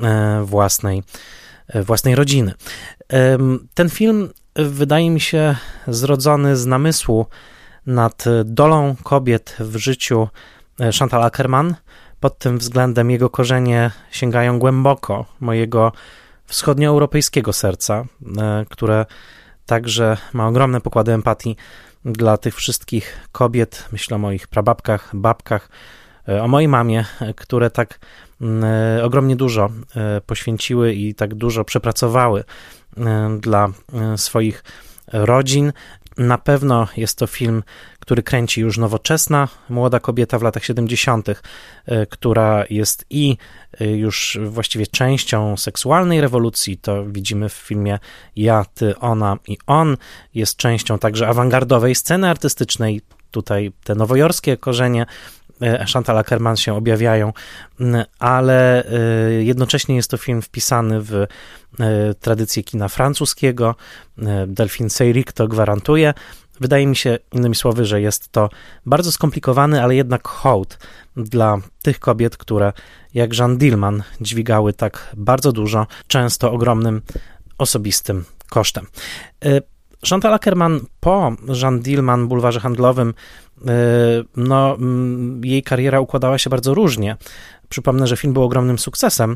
Speaker 1: własnej rodziny. Ten film wydaje mi się zrodzony z namysłu nad dolą kobiet w życiu Chantal Akerman. Pod tym względem jego korzenie sięgają głęboko mojego wschodnioeuropejskiego serca, które także ma ogromne pokłady empatii dla tych wszystkich kobiet, myślę o moich prababkach, babkach, o mojej mamie, które tak ogromnie dużo poświęciły i tak dużo przepracowały dla swoich rodzin. Na pewno jest to film, który kręci już nowoczesna młoda kobieta w latach 70., która jest i już właściwie częścią seksualnej rewolucji, to widzimy w filmie Ja, Ty, Ona i On, jest częścią także awangardowej sceny artystycznej, tutaj te nowojorskie korzenie Chantal Akerman się objawiają, ale jednocześnie jest to film wpisany w tradycję kina francuskiego. Delphine Seyrig to gwarantuje. Wydaje mi się, innymi słowy, że jest to bardzo skomplikowany, ale jednak hołd dla tych kobiet, które jak Jeanne Dielman dźwigały tak bardzo dużo, często ogromnym osobistym kosztem. Chantal Akerman po Jeanne Dielman, Bulwarze Handlowym, jej kariera układała się bardzo różnie. Przypomnę, że film był ogromnym sukcesem.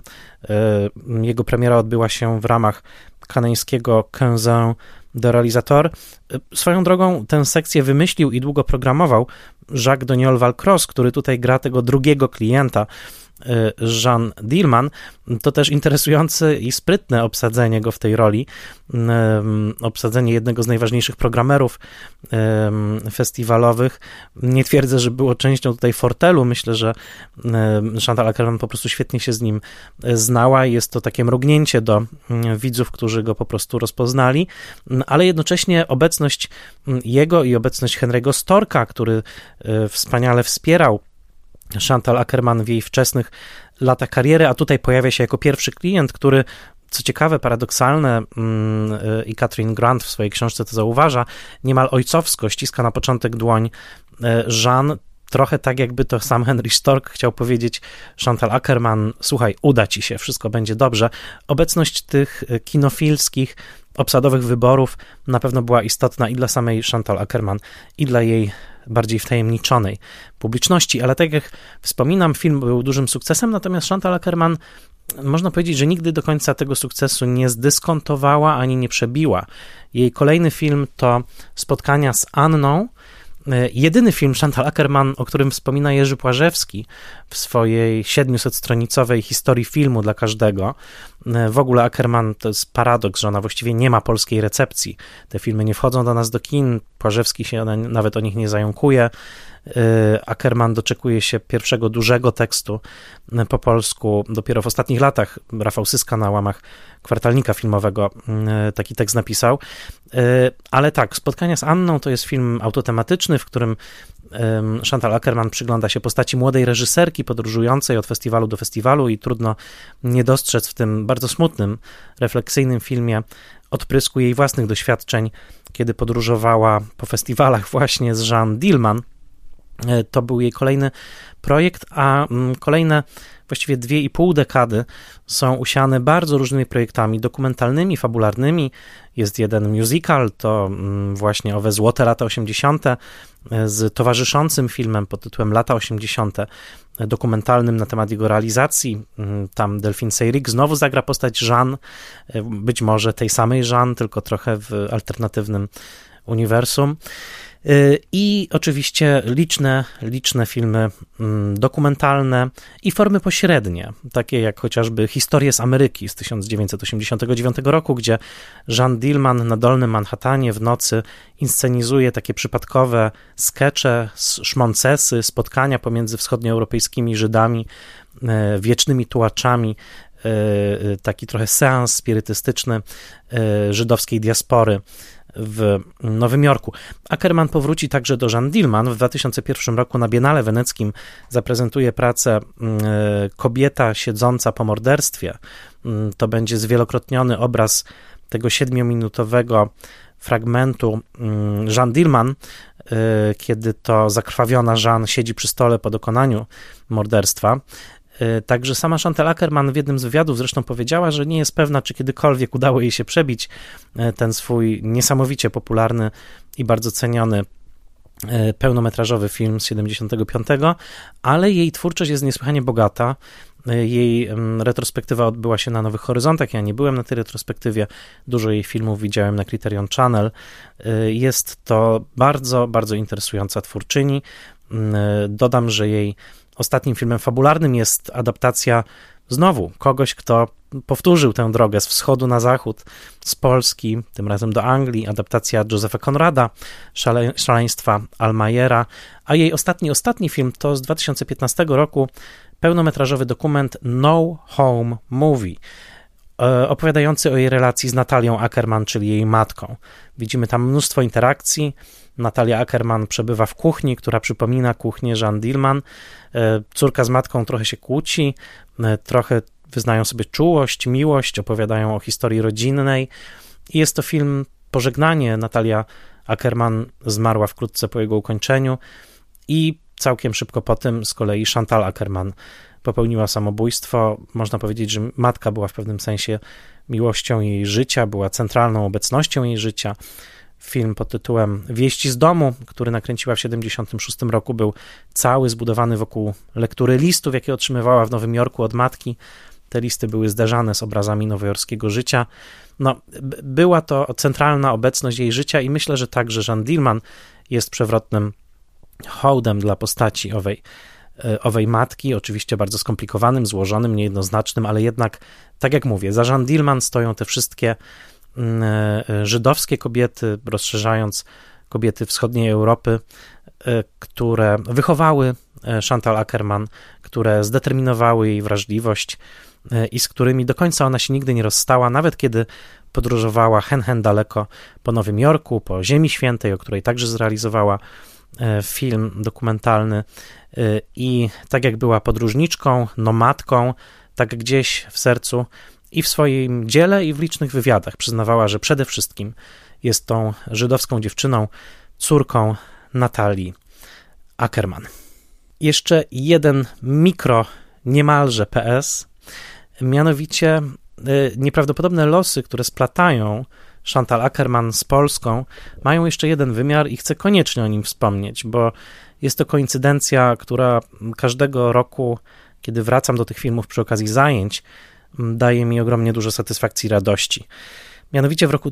Speaker 1: Jego premiera odbyła się w ramach kanańskiego Quinze de Realisator. Swoją drogą tę sekcję wymyślił i długo programował Jacques Doniol-Valcroze, który tutaj gra tego drugiego klienta Jeanne Dielman. To też interesujące i sprytne obsadzenie go w tej roli. Obsadzenie jednego z najważniejszych programerów festiwalowych. Nie twierdzę, że było częścią tutaj fortelu. Myślę, że Chantal Akerman po prostu świetnie się z nim znała. Jest to takie mrugnięcie do widzów, którzy go po prostu rozpoznali, ale jednocześnie obecność jego i obecność Henry'ego Storka, który wspaniale wspierał Chantal Akerman w jej wczesnych latach kariery, a tutaj pojawia się jako pierwszy klient, który, co ciekawe, paradoksalne, i Catherine Grant w swojej książce to zauważa, niemal ojcowsko ściska na początek dłoń Jeanne, trochę tak jakby to sam Henry Stork chciał powiedzieć Chantal Akerman: słuchaj, uda ci się, wszystko będzie dobrze. Obecność tych kinofilskich, obsadowych wyborów na pewno była istotna i dla samej Chantal Akerman, i dla jej bardziej wtajemniczonej publiczności, ale tak jak wspominam, film był dużym sukcesem, natomiast Chantal Akerman, można powiedzieć, że nigdy do końca tego sukcesu nie zdyskontowała ani nie przebiła. Jej kolejny film to Spotkania z Anną, jedyny film Chantal Akerman, o którym wspomina Jerzy Płażewski w swojej 700-stronicowej historii filmu dla każdego. W ogóle Akerman to jest paradoks, że ona właściwie nie ma polskiej recepcji. Te filmy nie wchodzą do nas do kin, Płażewski się nawet o nich nie zająkuje. Akerman doczekuje się pierwszego dużego tekstu po polsku dopiero w ostatnich latach. Rafał Syska na łamach Kwartalnika Filmowego taki tekst napisał. Ale tak, Spotkania z Anną to jest film autotematyczny, w którym Chantal Akerman przygląda się postaci młodej reżyserki podróżującej od festiwalu do festiwalu i trudno nie dostrzec w tym bardzo smutnym, refleksyjnym filmie odprysku jej własnych doświadczeń, kiedy podróżowała po festiwalach właśnie z Jeanne Dielman. To był jej kolejny projekt, a kolejne właściwie 2,5 dekady są usiane bardzo różnymi projektami dokumentalnymi, fabularnymi. Jest jeden musical, to właśnie owe Złote lata 80. z towarzyszącym filmem pod tytułem Lata 80. dokumentalnym na temat jego realizacji. Tam Delphine Seyrig znowu zagra postać Jeanne, być może tej samej Jeanne, tylko trochę w alternatywnym uniwersum. I oczywiście liczne filmy dokumentalne i formy pośrednie, takie jak chociażby Historie z Ameryki z 1989 roku, gdzie Jeanne Dielman na Dolnym Manhattanie w nocy inscenizuje takie przypadkowe skecze, szmoncesy, spotkania pomiędzy wschodnioeuropejskimi Żydami, wiecznymi tułaczami, taki trochę seans spirytystyczny żydowskiej diaspory w Nowym Jorku. Ackerman powróci także do Jeanne Dielman. W 2001 roku na Biennale Weneckim zaprezentuje pracę Kobieta siedząca po morderstwie. To będzie zwielokrotniony obraz tego 7-minutowego fragmentu Jeanne Dielman, kiedy to zakrwawiona Jeanne siedzi przy stole po dokonaniu morderstwa. Także sama Chantal Akerman w jednym z wywiadów zresztą powiedziała, że nie jest pewna, czy kiedykolwiek udało jej się przebić ten swój niesamowicie popularny i bardzo ceniony pełnometrażowy film z 75, ale jej twórczość jest niesłychanie bogata. Jej retrospektywa odbyła się na Nowych Horyzontach, ja nie byłem na tej retrospektywie, dużo jej filmów widziałem na Criterion Channel. Jest to bardzo, bardzo interesująca twórczyni. Dodam, że jej ostatnim filmem fabularnym jest adaptacja znowu kogoś, kto powtórzył tę drogę z wschodu na zachód, z Polski, tym razem do Anglii, adaptacja Josepha Conrada, Szaleństwa Almayera, a jej ostatni film to z 2015 roku pełnometrażowy dokument No Home Movie, opowiadający o jej relacji z Natalią Ackerman, czyli jej matką. Widzimy tam mnóstwo interakcji. Natalia Ackerman przebywa w kuchni, która przypomina kuchnię Jeanne Dielman. Córka z matką trochę się kłóci, trochę wyznają sobie czułość, miłość, opowiadają o historii rodzinnej. I jest to film pożegnanie. Natalia Ackerman zmarła wkrótce po jego ukończeniu i całkiem szybko po tym z kolei Chantal Akerman popełniła samobójstwo. Można powiedzieć, że matka była w pewnym sensie miłością jej życia, była centralną obecnością jej życia. Film pod tytułem Wieści z domu, który nakręciła w 1976 roku, był cały zbudowany wokół lektury listów, jakie otrzymywała w Nowym Jorku od matki. Te listy były zderzane z obrazami nowojorskiego życia. Była to centralna obecność jej życia i myślę, że także Jeanne Dielman jest przewrotnym hołdem dla postaci owej matki, oczywiście bardzo skomplikowanym, złożonym, niejednoznacznym, ale jednak, tak jak mówię, za Jeanne Dielman stoją te wszystkie żydowskie kobiety, rozszerzając kobiety wschodniej Europy, które wychowały Chantal Akerman, które zdeterminowały jej wrażliwość i z którymi do końca ona się nigdy nie rozstała, nawet kiedy podróżowała hen daleko po Nowym Jorku, po Ziemi Świętej, o której także zrealizowała film dokumentalny i tak jak była podróżniczką, nomadką, tak gdzieś w sercu i w swoim dziele i w licznych wywiadach przyznawała, że przede wszystkim jest tą żydowską dziewczyną, córką Natalii Akerman. Jeszcze jeden niemalże PS, mianowicie nieprawdopodobne losy, które splatają Chantal Akerman z Polską, mają jeszcze jeden wymiar i chcę koniecznie o nim wspomnieć, bo jest to koincydencja, która każdego roku, kiedy wracam do tych filmów przy okazji zajęć, daje mi ogromnie dużo satysfakcji i radości. Mianowicie w roku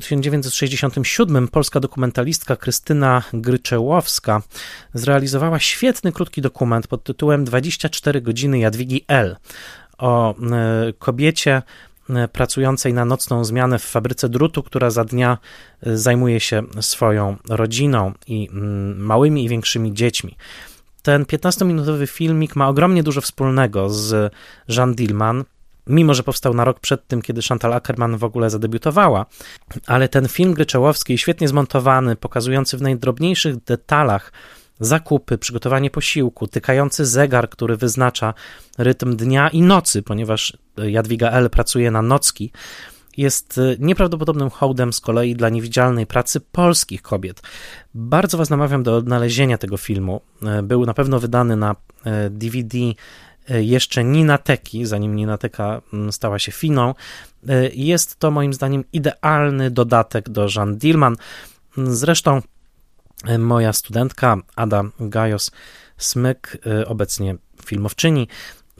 Speaker 1: 1967 polska dokumentalistka Krystyna Gryczełowska zrealizowała świetny, krótki dokument pod tytułem 24 godziny Jadwigi L. o kobiecie pracującej na nocną zmianę w fabryce drutu, która za dnia zajmuje się swoją rodziną i małymi i większymi dziećmi. Ten 15-minutowy filmik ma ogromnie dużo wspólnego z Jeanne Dielman, mimo że powstał na rok przed tym, kiedy Chantal Akerman w ogóle zadebiutowała, ale ten film gryczełowski, świetnie zmontowany, pokazujący w najdrobniejszych detalach zakupy, przygotowanie posiłku, tykający zegar, który wyznacza rytm dnia i nocy, ponieważ Jadwiga L. pracuje na nocki, jest nieprawdopodobnym hołdem z kolei dla niewidzialnej pracy polskich kobiet. Bardzo Was namawiam do odnalezienia tego filmu. Był na pewno wydany na DVD jeszcze Ninateki, zanim Ninateka stała się Finą. Jest to moim zdaniem idealny dodatek do Jeanne Dielman. Zresztą moja studentka Ada Gajos-Smyk, obecnie filmowczyni,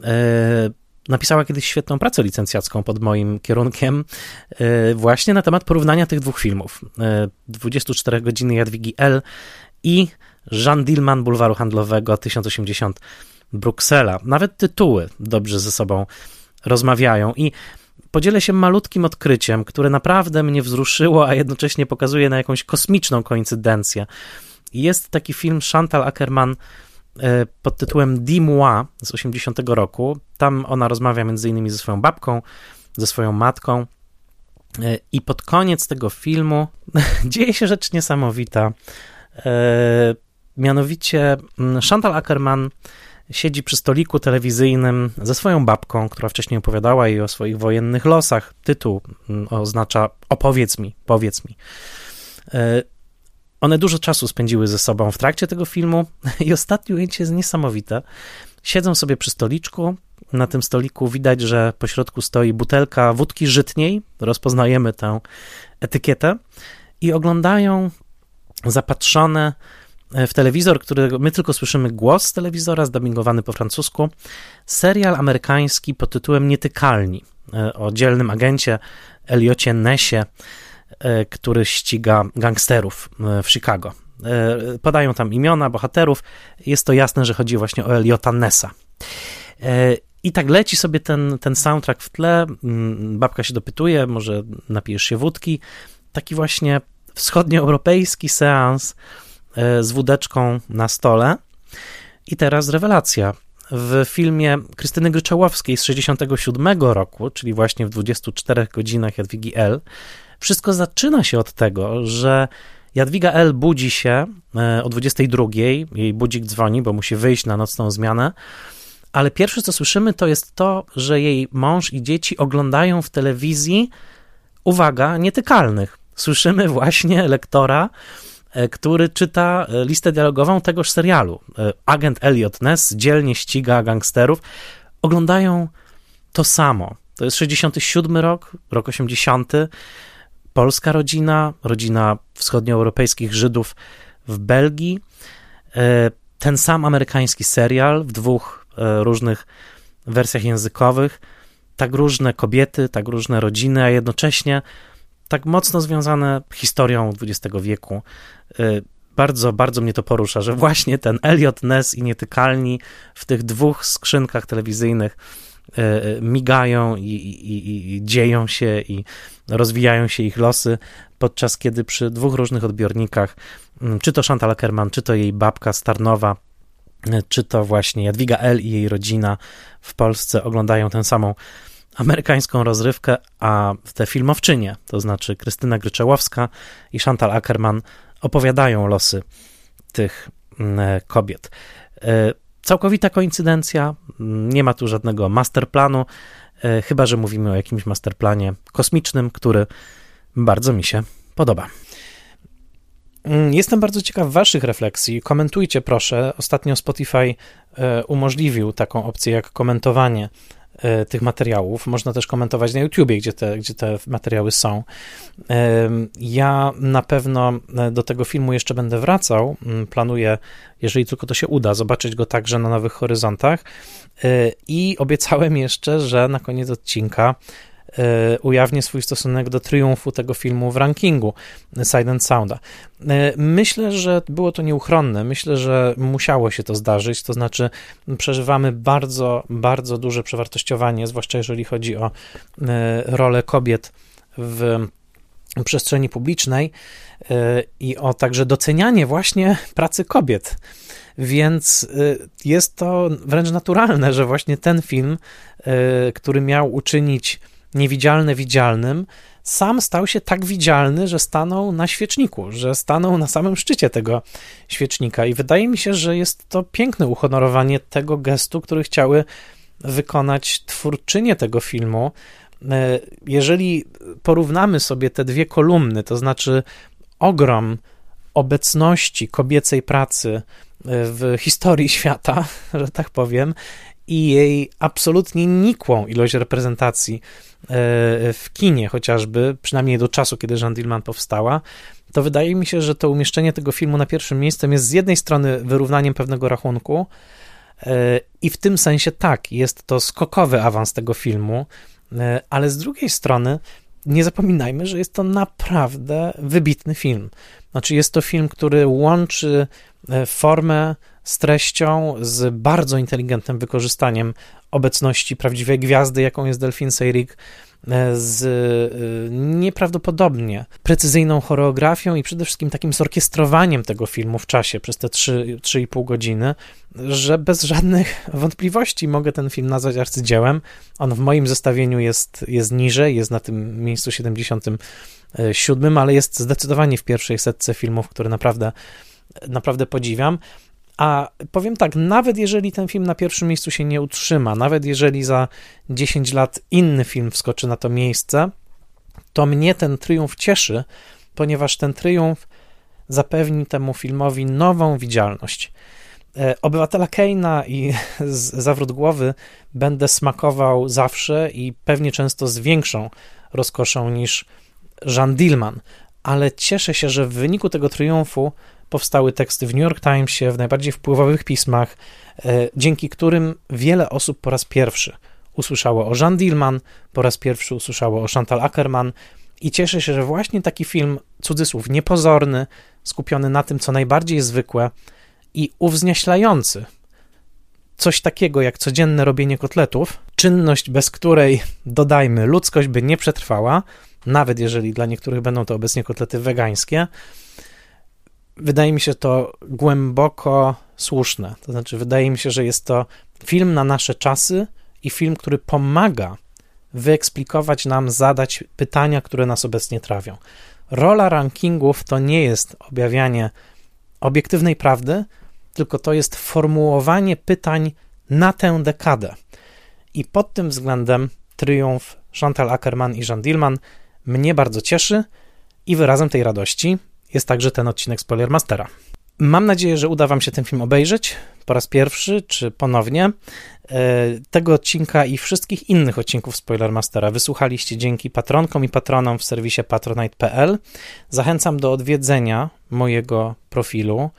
Speaker 1: napisała kiedyś świetną pracę licencjacką pod moim kierunkiem właśnie na temat porównania tych dwóch filmów. 24 godziny Jadwigi L. i Jean Dillman Bulwaru Handlowego 1080 Bruksela. Nawet tytuły dobrze ze sobą rozmawiają i podzielę się malutkim odkryciem, które naprawdę mnie wzruszyło, a jednocześnie pokazuje na jakąś kosmiczną koincydencję. Jest taki film Chantal Akerman pod tytułem Dis-moi z 80 roku. Tam ona rozmawia między innymi ze swoją babką, ze swoją matką i pod koniec tego filmu dzieje się rzecz niesamowita. Mianowicie Chantal Akerman siedzi przy stoliku telewizyjnym ze swoją babką, która wcześniej opowiadała jej o swoich wojennych losach. Tytuł oznacza opowiedz mi, powiedz mi. One dużo czasu spędziły ze sobą w trakcie tego filmu i ostatnie ujęcie jest niesamowite. Siedzą sobie przy stoliczku, na tym stoliku widać, że po środku stoi butelka wódki żytniej, rozpoznajemy tę etykietę i oglądają zapatrzone w telewizor, którego my tylko słyszymy głos z telewizora, zdubbingowany po francusku, serial amerykański pod tytułem Nietykalni, o dzielnym agencie Elliocie Nessie, który ściga gangsterów w Chicago. Podają tam imiona bohaterów. Jest to jasne, że chodzi właśnie o Elliota Nessa. I tak leci sobie ten soundtrack w tle. Babka się dopytuje, może napijesz się wódki. Taki właśnie wschodnioeuropejski seans z wódeczką na stole. I teraz rewelacja. W filmie Krystyny Gryczałowskiej z 1967 roku, czyli właśnie w 24 godzinach Jadwigi L., wszystko zaczyna się od tego, że Jadwiga L. budzi się o 22, jej budzik dzwoni, bo musi wyjść na nocną zmianę, ale pierwsze, co słyszymy, to jest to, że jej mąż i dzieci oglądają w telewizji, uwaga, Nietykalnych. Słyszymy właśnie lektora, który czyta listę dialogową tegoż serialu. Agent Elliot Ness dzielnie ściga gangsterów. Oglądają to samo. To jest 67 rok, rok 80. Polska rodzina wschodnioeuropejskich Żydów w Belgii. Ten sam amerykański serial w dwóch różnych wersjach językowych. Tak różne kobiety, tak różne rodziny, a jednocześnie tak mocno związane historią XX wieku. Bardzo, bardzo mnie to porusza, że właśnie ten Elliot Ness i Nietykalni w tych dwóch skrzynkach telewizyjnych migają i dzieją się i rozwijają się ich losy, podczas kiedy przy dwóch różnych odbiornikach, czy to Chantal Akerman, czy to jej babka z Tarnowa, czy to właśnie Jadwiga L. i jej rodzina w Polsce oglądają tę samą amerykańską rozrywkę, a te filmowczynie, to znaczy Krystyna Gryczałowska i Chantal Akerman, opowiadają losy tych kobiet. Całkowita koincydencja, nie ma tu żadnego masterplanu, chyba że mówimy o jakimś masterplanie kosmicznym, który bardzo mi się podoba. Jestem bardzo ciekaw waszych refleksji. Komentujcie proszę. Ostatnio Spotify umożliwił taką opcję jak komentowanie tych materiałów. Można też komentować na YouTubie, gdzie te materiały są. Ja na pewno do tego filmu jeszcze będę wracał. Planuję, jeżeli tylko to się uda, zobaczyć go także na Nowych Horyzontach. I obiecałem jeszcze, że na koniec odcinka ujawnię swój stosunek do triumfu tego filmu w rankingu Sight and Sounda. Myślę, że było to nieuchronne. Myślę, że musiało się to zdarzyć. To znaczy przeżywamy bardzo, bardzo duże przewartościowanie, zwłaszcza jeżeli chodzi o rolę kobiet w przestrzeni publicznej i o także docenianie właśnie pracy kobiet. Więc jest to wręcz naturalne, że właśnie ten film, który miał uczynić niewidzialne widzialnym, sam stał się tak widzialny, że stanął na świeczniku, że stanął na samym szczycie tego świecznika i wydaje mi się, że jest to piękne uhonorowanie tego gestu, który chciały wykonać twórczynie tego filmu. Jeżeli porównamy sobie te dwie kolumny, to znaczy ogrom obecności kobiecej pracy w historii świata, że tak powiem, i jej absolutnie nikłą ilość reprezentacji w kinie chociażby, przynajmniej do czasu, kiedy Jeanne Dillman powstała, to wydaje mi się, że to umieszczenie tego filmu na pierwszym miejscu jest z jednej strony wyrównaniem pewnego rachunku i w tym sensie tak, jest to skokowy awans tego filmu, ale z drugiej strony nie zapominajmy, że jest to naprawdę wybitny film. Znaczy jest to film, który łączy formę z treścią, z bardzo inteligentnym wykorzystaniem obecności prawdziwej gwiazdy, jaką jest Delphine Seyrig, z nieprawdopodobnie precyzyjną choreografią i przede wszystkim takim zorkiestrowaniem tego filmu w czasie przez te 3,5 godziny, że bez żadnych wątpliwości mogę ten film nazwać arcydziełem. On w moim zestawieniu jest niżej, jest na tym miejscu 77, ale jest zdecydowanie w pierwszej setce filmów, które naprawdę podziwiam. A powiem tak, nawet jeżeli ten film na pierwszym miejscu się nie utrzyma, nawet jeżeli za 10 lat inny film wskoczy na to miejsce, to mnie ten triumf cieszy, ponieważ ten triumf zapewni temu filmowi nową widzialność. Obywatela Kane'a i Zawrót głowy będę smakował zawsze i pewnie często z większą rozkoszą niż Jeanne Dielman, ale cieszę się, że w wyniku tego triumfu powstały teksty w New York Timesie, w najbardziej wpływowych pismach, dzięki którym wiele osób po raz pierwszy usłyszało o Jeanne Dielman, po raz pierwszy usłyszało o Chantal Akerman i cieszę się, że właśnie taki film, cudzysłów, niepozorny, skupiony na tym, co najbardziej zwykłe i uwznieślający coś takiego jak codzienne robienie kotletów, czynność, bez której, dodajmy, ludzkość by nie przetrwała, nawet jeżeli dla niektórych będą to obecnie kotlety wegańskie, wydaje mi się to głęboko słuszne. To znaczy, wydaje mi się, że jest to film na nasze czasy i film, który pomaga wyeksplikować nam, zadać pytania, które nas obecnie trawią. Rola rankingów to nie jest objawianie obiektywnej prawdy, tylko to jest formułowanie pytań na tę dekadę. I pod tym względem triumf Chantal Akerman i Jeanne Dielman mnie bardzo cieszy i wyrazem tej radości jest także ten odcinek Spoilermastera. Mam nadzieję, że uda wam się ten film obejrzeć po raz pierwszy, czy ponownie. Tego odcinka i wszystkich innych odcinków Spoilermastera wysłuchaliście dzięki patronkom i patronom w serwisie patronite.pl. Zachęcam do odwiedzenia mojego profilu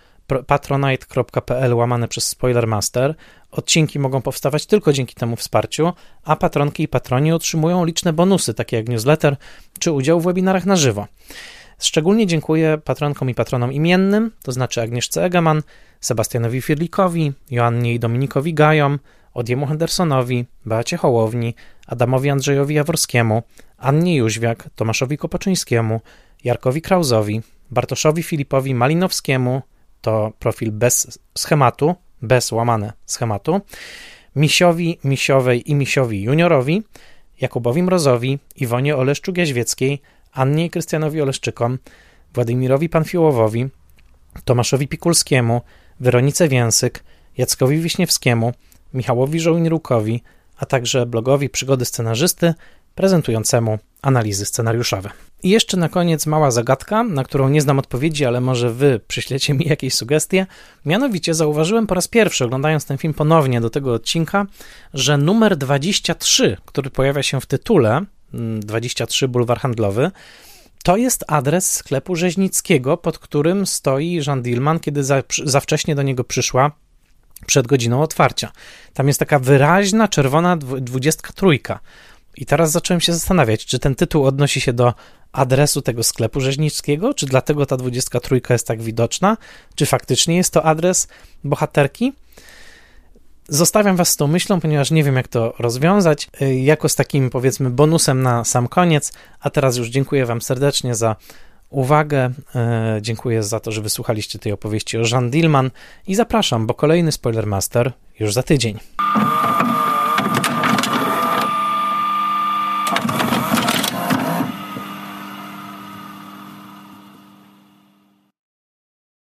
Speaker 1: patronite.pl/Spoilermaster. Odcinki mogą powstawać tylko dzięki temu wsparciu, a patronki i patroni otrzymują liczne bonusy, takie jak newsletter czy udział w webinarach na żywo. Szczególnie dziękuję patronkom i patronom imiennym, to znaczy Agnieszce Egeman, Sebastianowi Firlikowi, Joannie i Dominikowi Gajom, Odiemu Hendersonowi, Beacie Hołowni, Adamowi Andrzejowi Jaworskiemu, Annie Jóźwiak, Tomaszowi Kopoczyńskiemu, Jarkowi Krauzowi, Bartoszowi Filipowi Malinowskiemu, to profil bez schematu, bez łamane schematu, Misiowi, Misiowej i Misiowi Juniorowi, Jakubowi Mrozowi, Iwonie Oleszczuk-Jaźwieckiej, Annie i Krystianowi Oleszczykom, Władimirowi Panfiłowowi, Tomaszowi Pikulskiemu, Weronice Więsyk, Jackowi Wiśniewskiemu, Michałowi Żołnirukowi, a także blogowi Przygody Scenarzysty prezentującemu analizy scenariuszowe. I jeszcze na koniec mała zagadka, na którą nie znam odpowiedzi, ale może wy przyślecie mi jakieś sugestie. Mianowicie zauważyłem po raz pierwszy, oglądając ten film ponownie do tego odcinka, że numer 23, który pojawia się w tytule, 23 Bulwar Handlowy, to jest adres sklepu rzeźnickiego, pod którym stoi Jeanne Dielman, kiedy za wcześnie do niego przyszła przed godziną otwarcia. Tam jest taka wyraźna, czerwona 23. I teraz zacząłem się zastanawiać, czy ten tytuł odnosi się do adresu tego sklepu rzeźnickiego, czy dlatego ta 23 jest tak widoczna, czy faktycznie jest to adres bohaterki. Zostawiam was z tą myślą, ponieważ nie wiem, jak to rozwiązać, jako z takim, powiedzmy, bonusem na sam koniec, a teraz już dziękuję wam serdecznie za uwagę, dziękuję za to, że wysłuchaliście tej opowieści o Jeanne Dielman i zapraszam, bo kolejny Spoilermaster już za tydzień.